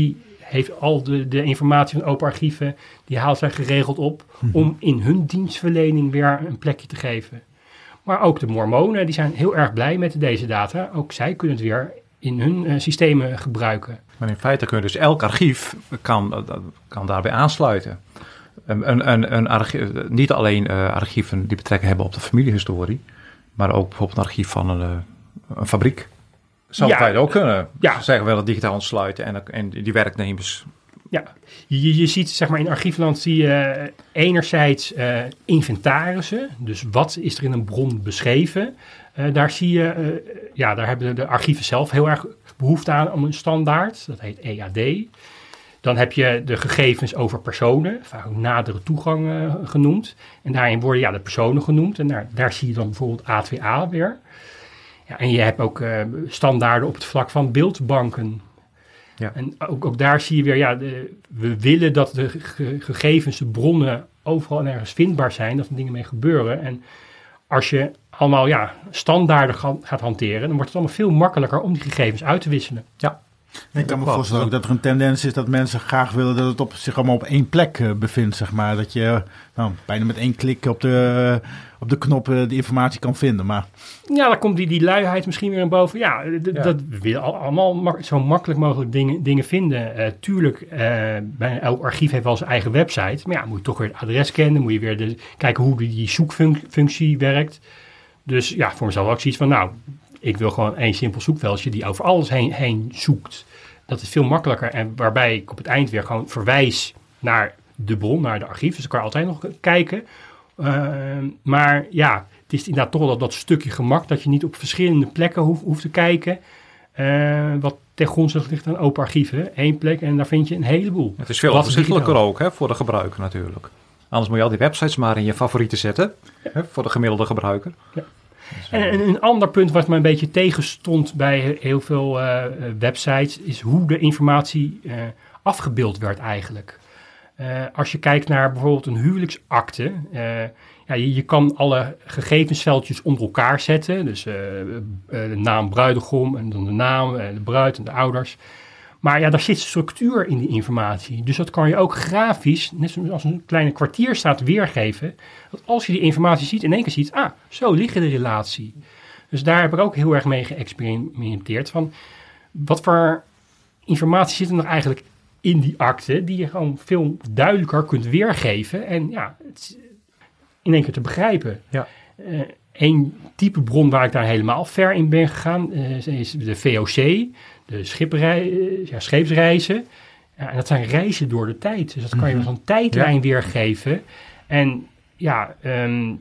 heeft al de, de informatie van open archieven, die haalt zij geregeld op mm-hmm. om in hun dienstverlening weer een plekje te geven. Maar ook de mormonen, die zijn heel erg blij met deze data. Ook zij kunnen het weer in hun uh, systemen gebruiken. Maar in feite kun je dus elk archief kan, kan daarbij aansluiten. Een, een, een, een archief, niet alleen uh, archieven die betrekking hebben op de familiehistorie, maar ook bijvoorbeeld een archief van een, uh, een fabriek. Zou ja, het ook kunnen. Ja. Ze zeggen wel dat digitaal ontsluiten en, en die werknemers. Ja, je, je ziet zeg maar in archiefland zie je uh, enerzijds uh, inventarissen. Dus wat is er in een bron beschreven? Uh, daar zie je, uh, ja, daar hebben de archieven zelf heel erg behoefte aan om een standaard. Dat heet E A D. Dan heb je de gegevens over personen, vaak ook nadere toegang uh, genoemd. En daarin worden ja, de personen genoemd. En daar, daar zie je dan bijvoorbeeld A twee A weer. Ja, en je hebt ook uh, standaarden op het vlak van beeldbanken. Ja. En ook, ook daar zie je weer, ja, de, we willen dat de ge- gegevens, de bronnen overal en ergens vindbaar zijn, dat er dingen mee gebeuren. En als je allemaal ja, standaarden ga, gaat hanteren, dan wordt het allemaal veel makkelijker om die gegevens uit te wisselen. Ja. Ik kan me voorstellen ook dat er een tendens is dat mensen graag willen dat het op, zich allemaal op één plek uh, bevindt, zeg maar. Dat je nou, bijna met één klik op de, op de knop uh, de informatie kan vinden. Maar... Ja, dan komt die, die luiheid misschien weer naar boven. Ja, d- ja. dat we willen allemaal mak- zo makkelijk mogelijk dingen, dingen vinden. Uh, tuurlijk, uh, bij elk archief heeft wel zijn eigen website. Maar ja, moet je toch weer het adres kennen. Moet je weer de, kijken hoe die, die zoekfunctie werkt. Dus ja, voor mezelf ook zoiets van, nou... Ik wil gewoon één simpel zoekveldje die over alles heen, heen zoekt. Dat is veel makkelijker. En waarbij ik op het eind weer gewoon verwijs naar de bron, naar de archief. Dus dan kan je altijd nog kijken. Uh, maar ja, het is inderdaad toch dat, dat stukje gemak dat je niet op verschillende plekken hoeft, hoeft te kijken. Uh, wat ten grondslag ligt aan open archieven. Eén plek en daar vind je een heleboel. Het is veel overzichtelijker ook hè, voor de gebruiker natuurlijk. Anders moet je al die websites maar in je favorieten zetten. Ja. Hè, voor de gemiddelde gebruiker. Ja. En een ander punt wat me een beetje tegenstond bij heel veel uh, websites is hoe de informatie uh, afgebeeld werd eigenlijk. Uh, als je kijkt naar bijvoorbeeld een huwelijksakte, uh, ja, je, je kan alle gegevensveldjes onder elkaar zetten. Dus uh, uh, de naam bruidegom en dan de naam, uh, de bruid en de ouders. Maar ja, daar zit structuur in die informatie. Dus dat kan je ook grafisch, net zoals een kleine kwartierstaat weergeven. Dat als je die informatie ziet, in één keer ziet, ah, zo ligt de relatie. Dus daar heb ik ook heel erg mee geëxperimenteerd. Van wat voor informatie zit er nog eigenlijk in die akte, die je gewoon veel duidelijker kunt weergeven. En ja, het in één keer te begrijpen. Ja. Uh, Eén type bron waar ik daar helemaal ver in ben gegaan, uh, is de V O C. De schipperij, ja, scheepsreizen. Ja, en dat zijn reizen door de tijd. Dus dat kan je als een tijdlijn ja. weergeven. En ja, um,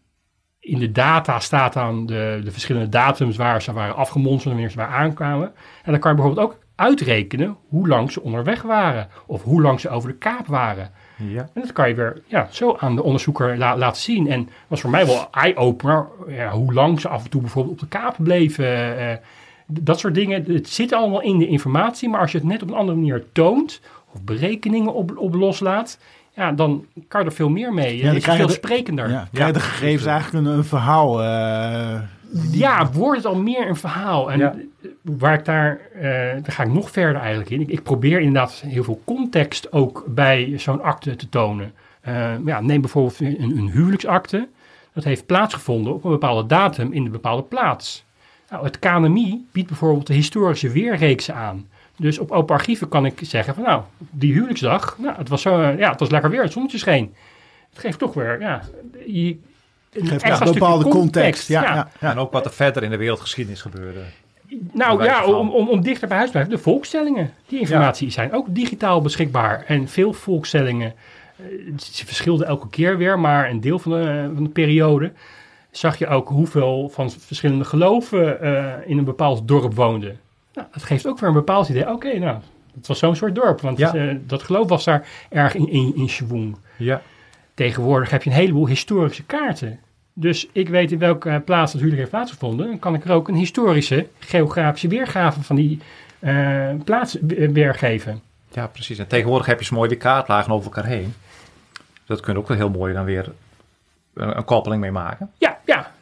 in de data staat dan de, de verschillende datums waar ze waren afgemonsterd en wanneer ze waren aankwamen. En dan kan je bijvoorbeeld ook uitrekenen hoe lang ze onderweg waren. Of hoe lang ze over de kaap waren. Ja. En dat kan je weer ja, zo aan de onderzoeker la- laten zien. En was voor mij wel eye-opener ja, hoe lang ze af en toe bijvoorbeeld op de kaap bleven. Uh, Dat soort dingen, het zit allemaal in de informatie, maar als je het net op een andere manier toont of berekeningen op, op loslaat, ja, dan kan je er veel meer mee. Ja, het is veel de, sprekender. Ja, krijg je de gegevens ja. eigenlijk een, een verhaal? Uh, die, ja, wordt het al meer een verhaal. En ja. waar ik daar, uh, daar ga ik nog verder eigenlijk in. Ik, ik probeer inderdaad heel veel context ook bij zo'n akte te tonen. Uh, ja, neem bijvoorbeeld een, een huwelijksakte. Dat heeft plaatsgevonden op een bepaalde datum in een bepaalde plaats. Nou, het K N M I biedt bijvoorbeeld de historische weerreeksen aan. Dus op open archieven kan ik zeggen van nou, die huwelijksdag, nou, het was zo, ja, het was lekker weer, het zonnetje scheen. Het geeft toch weer, ja, je, een geeft extra een bepaalde context. context ja, ja. Ja, ja. En ook wat er verder in de wereldgeschiedenis gebeurde. Nou ja, om, om, om dichter bij huis te blijven, de volkstellingen, die informatie ja. zijn ook digitaal beschikbaar. En veel volkstellingen, ze verschilden elke keer weer, maar een deel van de, van de periode zag je ook hoeveel van verschillende geloven uh, in een bepaald dorp woonden. Nou, dat geeft ook weer een bepaald idee. Oké, okay, nou, het was zo'n soort dorp, want ja. uh, dat geloof was daar erg in, in, in schwung. Ja. Tegenwoordig heb je een heleboel historische kaarten. Dus ik weet in welke plaats het huwelijk heeft plaatsgevonden. Dan kan ik er ook een historische, geografische weergave van die uh, plaats weergeven. Ja, precies. En tegenwoordig heb je zo mooi die kaartlagen over elkaar heen. Dat kun je ook wel heel mooi dan weer een, een koppeling mee maken. Ja, ja.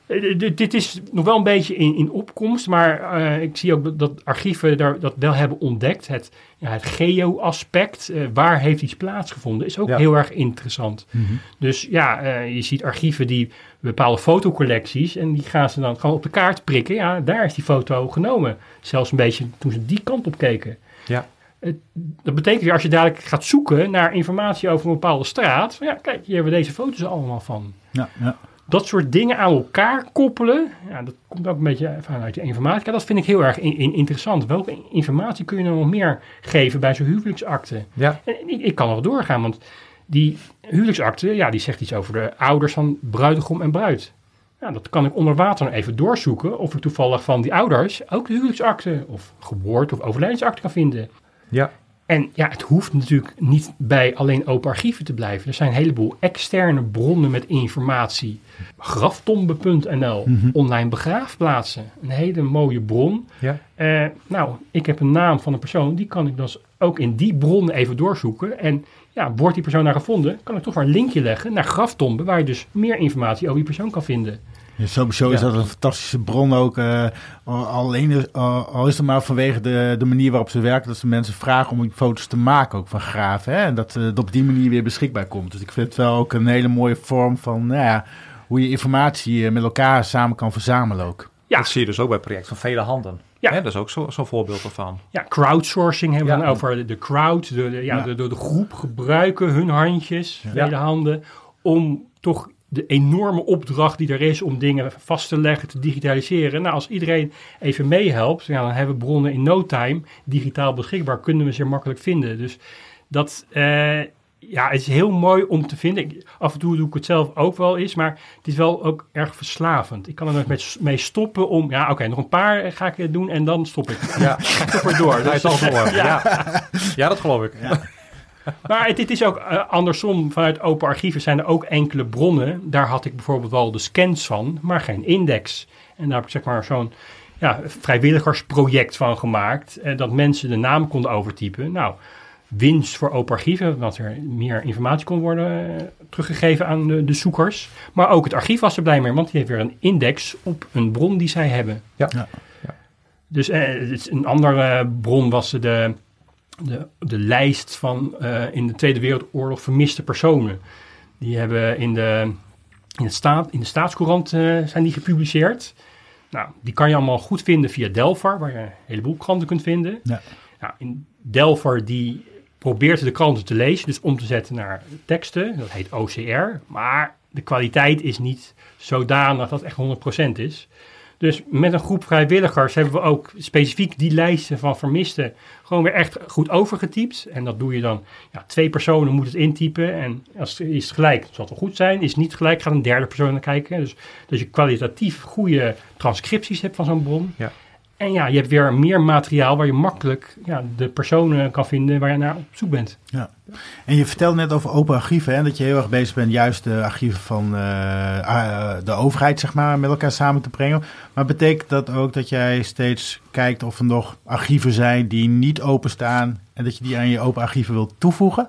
Uh, d- dit is nog wel een beetje in, in opkomst, maar uh, ik zie ook dat, dat archieven daar, dat wel hebben ontdekt. Het, ja, het geo-aspect, uh, waar heeft iets plaatsgevonden, is ook Ja. heel erg interessant. Mm-hmm. Dus ja, uh, je ziet archieven die bepaalde fotocollecties en die gaan ze dan gewoon op de kaart prikken. Ja, daar is die foto genomen. Zelfs een beetje toen ze die kant op keken. Ja. Het, dat betekent weer, als je dadelijk gaat zoeken naar informatie over een bepaalde straat, van ja, kijk, hier hebben we deze foto's allemaal van. Ja, ja. Dat soort dingen aan elkaar koppelen, ja, dat komt ook een beetje vanuit de informatica. Dat vind ik heel erg in, in interessant. Welke informatie kun je nou nog meer geven bij zo'n huwelijksakte? Ja. En ik, ik kan nog doorgaan, want die huwelijksakte, ja, die zegt iets over de ouders van bruidegom en bruid. Ja, dat kan ik onder water even doorzoeken of ik toevallig van die ouders ook de huwelijksakte of geboorte- of overlijdensakte kan vinden. Ja. En ja, het hoeft natuurlijk niet bij alleen open archieven te blijven. Er zijn een heleboel externe bronnen met informatie. graftombe punt n l, Mhm. online begraafplaatsen. Een hele mooie bron. Ja. Eh, nou, ik heb een naam van een persoon, die kan ik dus ook in die bron even doorzoeken. En ja, wordt die persoon daar gevonden, kan ik toch maar een linkje leggen naar graftombe, waar je dus meer informatie over die persoon kan vinden. Ja, sowieso is Ja. dat een fantastische bron ook. Uh, alleen, uh, al is het maar vanwege de, de manier waarop ze werken, dat ze mensen vragen om die foto's te maken ook van graven. Hè? En dat uh, het op die manier weer beschikbaar komt. Dus ik vind het wel ook een hele mooie vorm van nou ja, hoe je informatie uh, met elkaar samen kan verzamelen ook. Ja. Dat zie je dus ook bij het project van Vele Handen. Ja. Hè, dat is ook zo- zo'n voorbeeld ervan. Ja, crowdsourcing hebben we Ja. dan over de, de crowd. De, de, ja, Ja. De, de, de groep gebruiken hun handjes, Ja. vele handen, om toch de enorme opdracht die er is om dingen vast te leggen, te digitaliseren. Nou, als iedereen even meehelpt, ja, dan hebben we bronnen in no time digitaal beschikbaar, kunnen we ze makkelijk vinden. Dus dat uh, ja, het is heel mooi om te vinden. Ik, af en toe doe ik het zelf ook wel eens, maar het is wel ook erg verslavend. Ik kan er nog met, mee stoppen om, ja oké, okay, nog een paar ga ik doen en dan stop ik. Ja. Ga ik toch weer door. Hij is al door. ja. Ja. Ja, dat geloof ik. Ja. Maar het, het is ook uh, andersom. Vanuit open archieven zijn er ook enkele bronnen. Daar had ik bijvoorbeeld wel de scans van, maar geen index. En daar heb ik zeg maar zo'n ja, vrijwilligersproject van gemaakt. Uh, dat mensen de naam konden overtypen. Nou, winst voor open archieven, want er meer informatie kon worden uh, teruggegeven aan de, de zoekers. Maar ook het archief was er blij mee, want die heeft weer een index op een bron die zij hebben. Ja. Ja. Ja. Dus uh, het is een andere bron was de... De, de lijst van uh, in de Tweede Wereldoorlog vermiste personen. Die hebben in de, in het staat, in de Staatscourant uh, zijn die gepubliceerd. Nou, die kan je allemaal goed vinden via Delvar, waar je een heleboel kranten kunt vinden. Ja. Nou, in Delvar die probeert de kranten te lezen, dus om te zetten naar teksten. Dat heet O C R. Maar de kwaliteit is niet zodanig dat het echt honderd procent is. Dus met een groep vrijwilligers hebben we ook specifiek die lijsten van vermisten gewoon weer echt goed overgetypt. En dat doe je dan, ja, twee personen moeten het intypen. En als het is gelijk, zal het wel goed zijn. Is het niet gelijk, gaat een derde persoon naar kijken. Dus dat je kwalitatief goede transcripties hebt van zo'n bron. Ja. En ja, je hebt weer meer materiaal waar je makkelijk ja, de personen kan vinden waar je naar op zoek bent. Ja. En je vertelde net over open archieven, hè, dat je heel erg bezig bent juist de archieven van uh, uh, de overheid zeg maar, met elkaar samen te brengen. Maar betekent dat ook dat jij steeds kijkt of er nog archieven zijn die niet openstaan en dat je die aan je open archieven wilt toevoegen?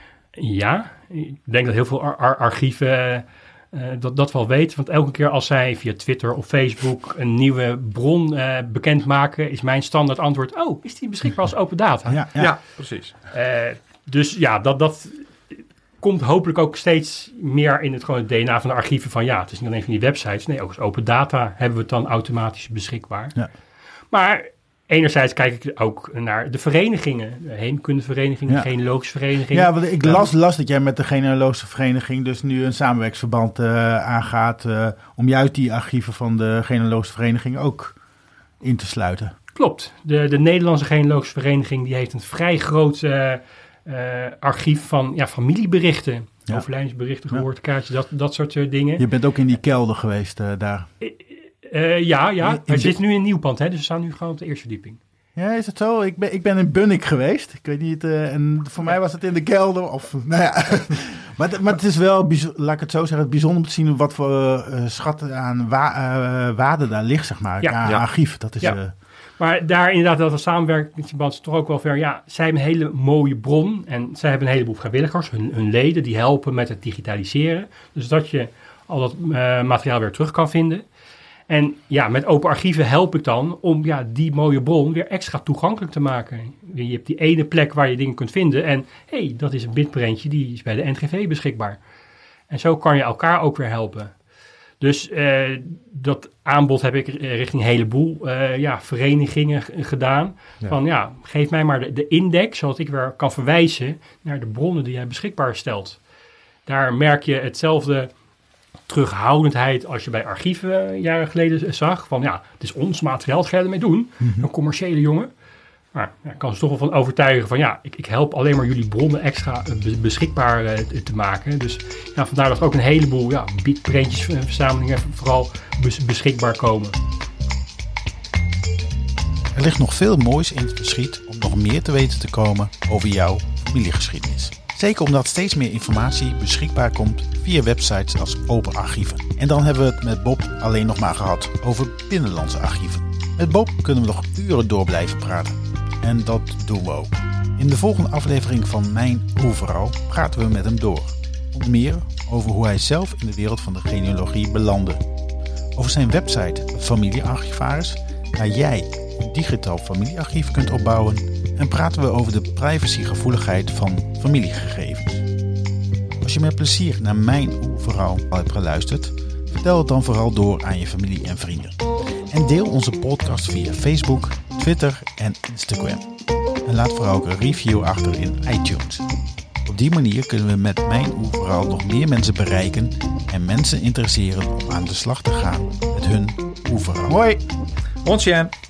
Ja, ik denk dat heel veel ar- ar- archieven uh, dat, dat wel weten. Want elke keer als zij via Twitter of Facebook een nieuwe bron uh, bekendmaken, is mijn standaard antwoord, oh, is die beschikbaar als open data? Ja, ja. Ja, precies. Uh, dus ja, dat, dat komt hopelijk ook steeds meer in het, gewoon het D N A van de archieven van ja, het is niet alleen van die websites. Nee, ook als open data hebben we het dan automatisch beschikbaar. Ja. Maar enerzijds kijk ik ook naar de verenigingen, de heemkundeverenigingen, Ja. de genealogische verenigingen. Ja, want ik las, las dat jij met de genealogische vereniging dus nu een samenwerksverband uh, aangaat uh, om juist die archieven van de genealogische vereniging ook in te sluiten. Klopt. De, de Nederlandse genealogische vereniging die heeft een vrij groot uh, uh, archief van ja, familieberichten. Ja. Overlijdensberichten, Ja. geboortekaartjes, dat, dat soort uh, dingen. Je bent ook in die kelder geweest uh, daar. Uh, ja, ja. In- in We de- zitten nu in een nieuw pand, hè, dus we staan nu gewoon op de eerste verdieping. Ja, is het zo? Ik ben, ik ben in Bunnik geweest. Ik weet niet, uh, en voor mij was het in de kelder. Of, nou ja. maar, het- maar het is wel, bijzo- laat ik het zo zeggen, bijzonder om te zien wat voor uh, schat aan wa- uh, waarde daar ligt, zeg maar. Ja. Ja, Ja. archief, dat is... Ja. uh, Maar daar inderdaad, dat samenwerkingsverband is toch ook wel ver. Ja, zij hebben een hele mooie bron en zij hebben een heleboel vrijwilligers, hun, hun leden, die helpen met het digitaliseren. Dus dat je al dat uh, materiaal weer terug kan vinden. En ja, met open archieven help ik dan om ja, die mooie bron weer extra toegankelijk te maken. Je hebt die ene plek waar je dingen kunt vinden. En hé, hey, dat is een bitprintje, die is bij de N G V beschikbaar. En zo kan je elkaar ook weer helpen. Dus uh, dat aanbod heb ik richting een heleboel uh, ja, verenigingen g- gedaan. Ja. Van ja, geef mij maar de, de index, zodat ik weer kan verwijzen naar de bronnen die jij beschikbaar stelt. Daar merk je hetzelfde terughoudendheid als je bij archieven jaren geleden zag. Van ja, het is ons materiaal, wat ga je ermee doen? Mm-hmm. Een commerciële jongen. Maar ja, ik kan ze toch wel van overtuigen van ja, ik, ik help alleen maar jullie bronnen extra be- beschikbaar uh, te maken. Dus ja, vandaar dat er ook een heleboel ja, bitprintjes en verzamelingen vooral bes- beschikbaar komen. Er ligt nog veel moois in het verschiet om nog meer te weten te komen over jouw familiegeschiedenis. Zeker omdat steeds meer informatie beschikbaar komt via websites als open archieven. En dan hebben we het met Bob alleen nog maar gehad over binnenlandse archieven. Met Bob kunnen we nog uren door blijven praten. En dat doen we ook. In de volgende aflevering van Mijn Oerverhaal praten we met hem door. Onder meer over hoe hij zelf in de wereld van de genealogie belandde. Over zijn website Familiearchivaris, waar jij een digitaal familiearchief kunt opbouwen. En praten we over de privacygevoeligheid van familiegegevens. Als je met plezier naar Mijn Oerverhaal hebt geluisterd, vertel het dan vooral door aan je familie en vrienden. En deel onze podcast via Facebook, Twitter en Instagram. En laat vooral ook een review achter in iTunes. Op die manier kunnen we met Mijn Oerverhaal nog meer mensen bereiken en mensen interesseren om aan de slag te gaan met hun oerverhaal. Hoi! Ontjen!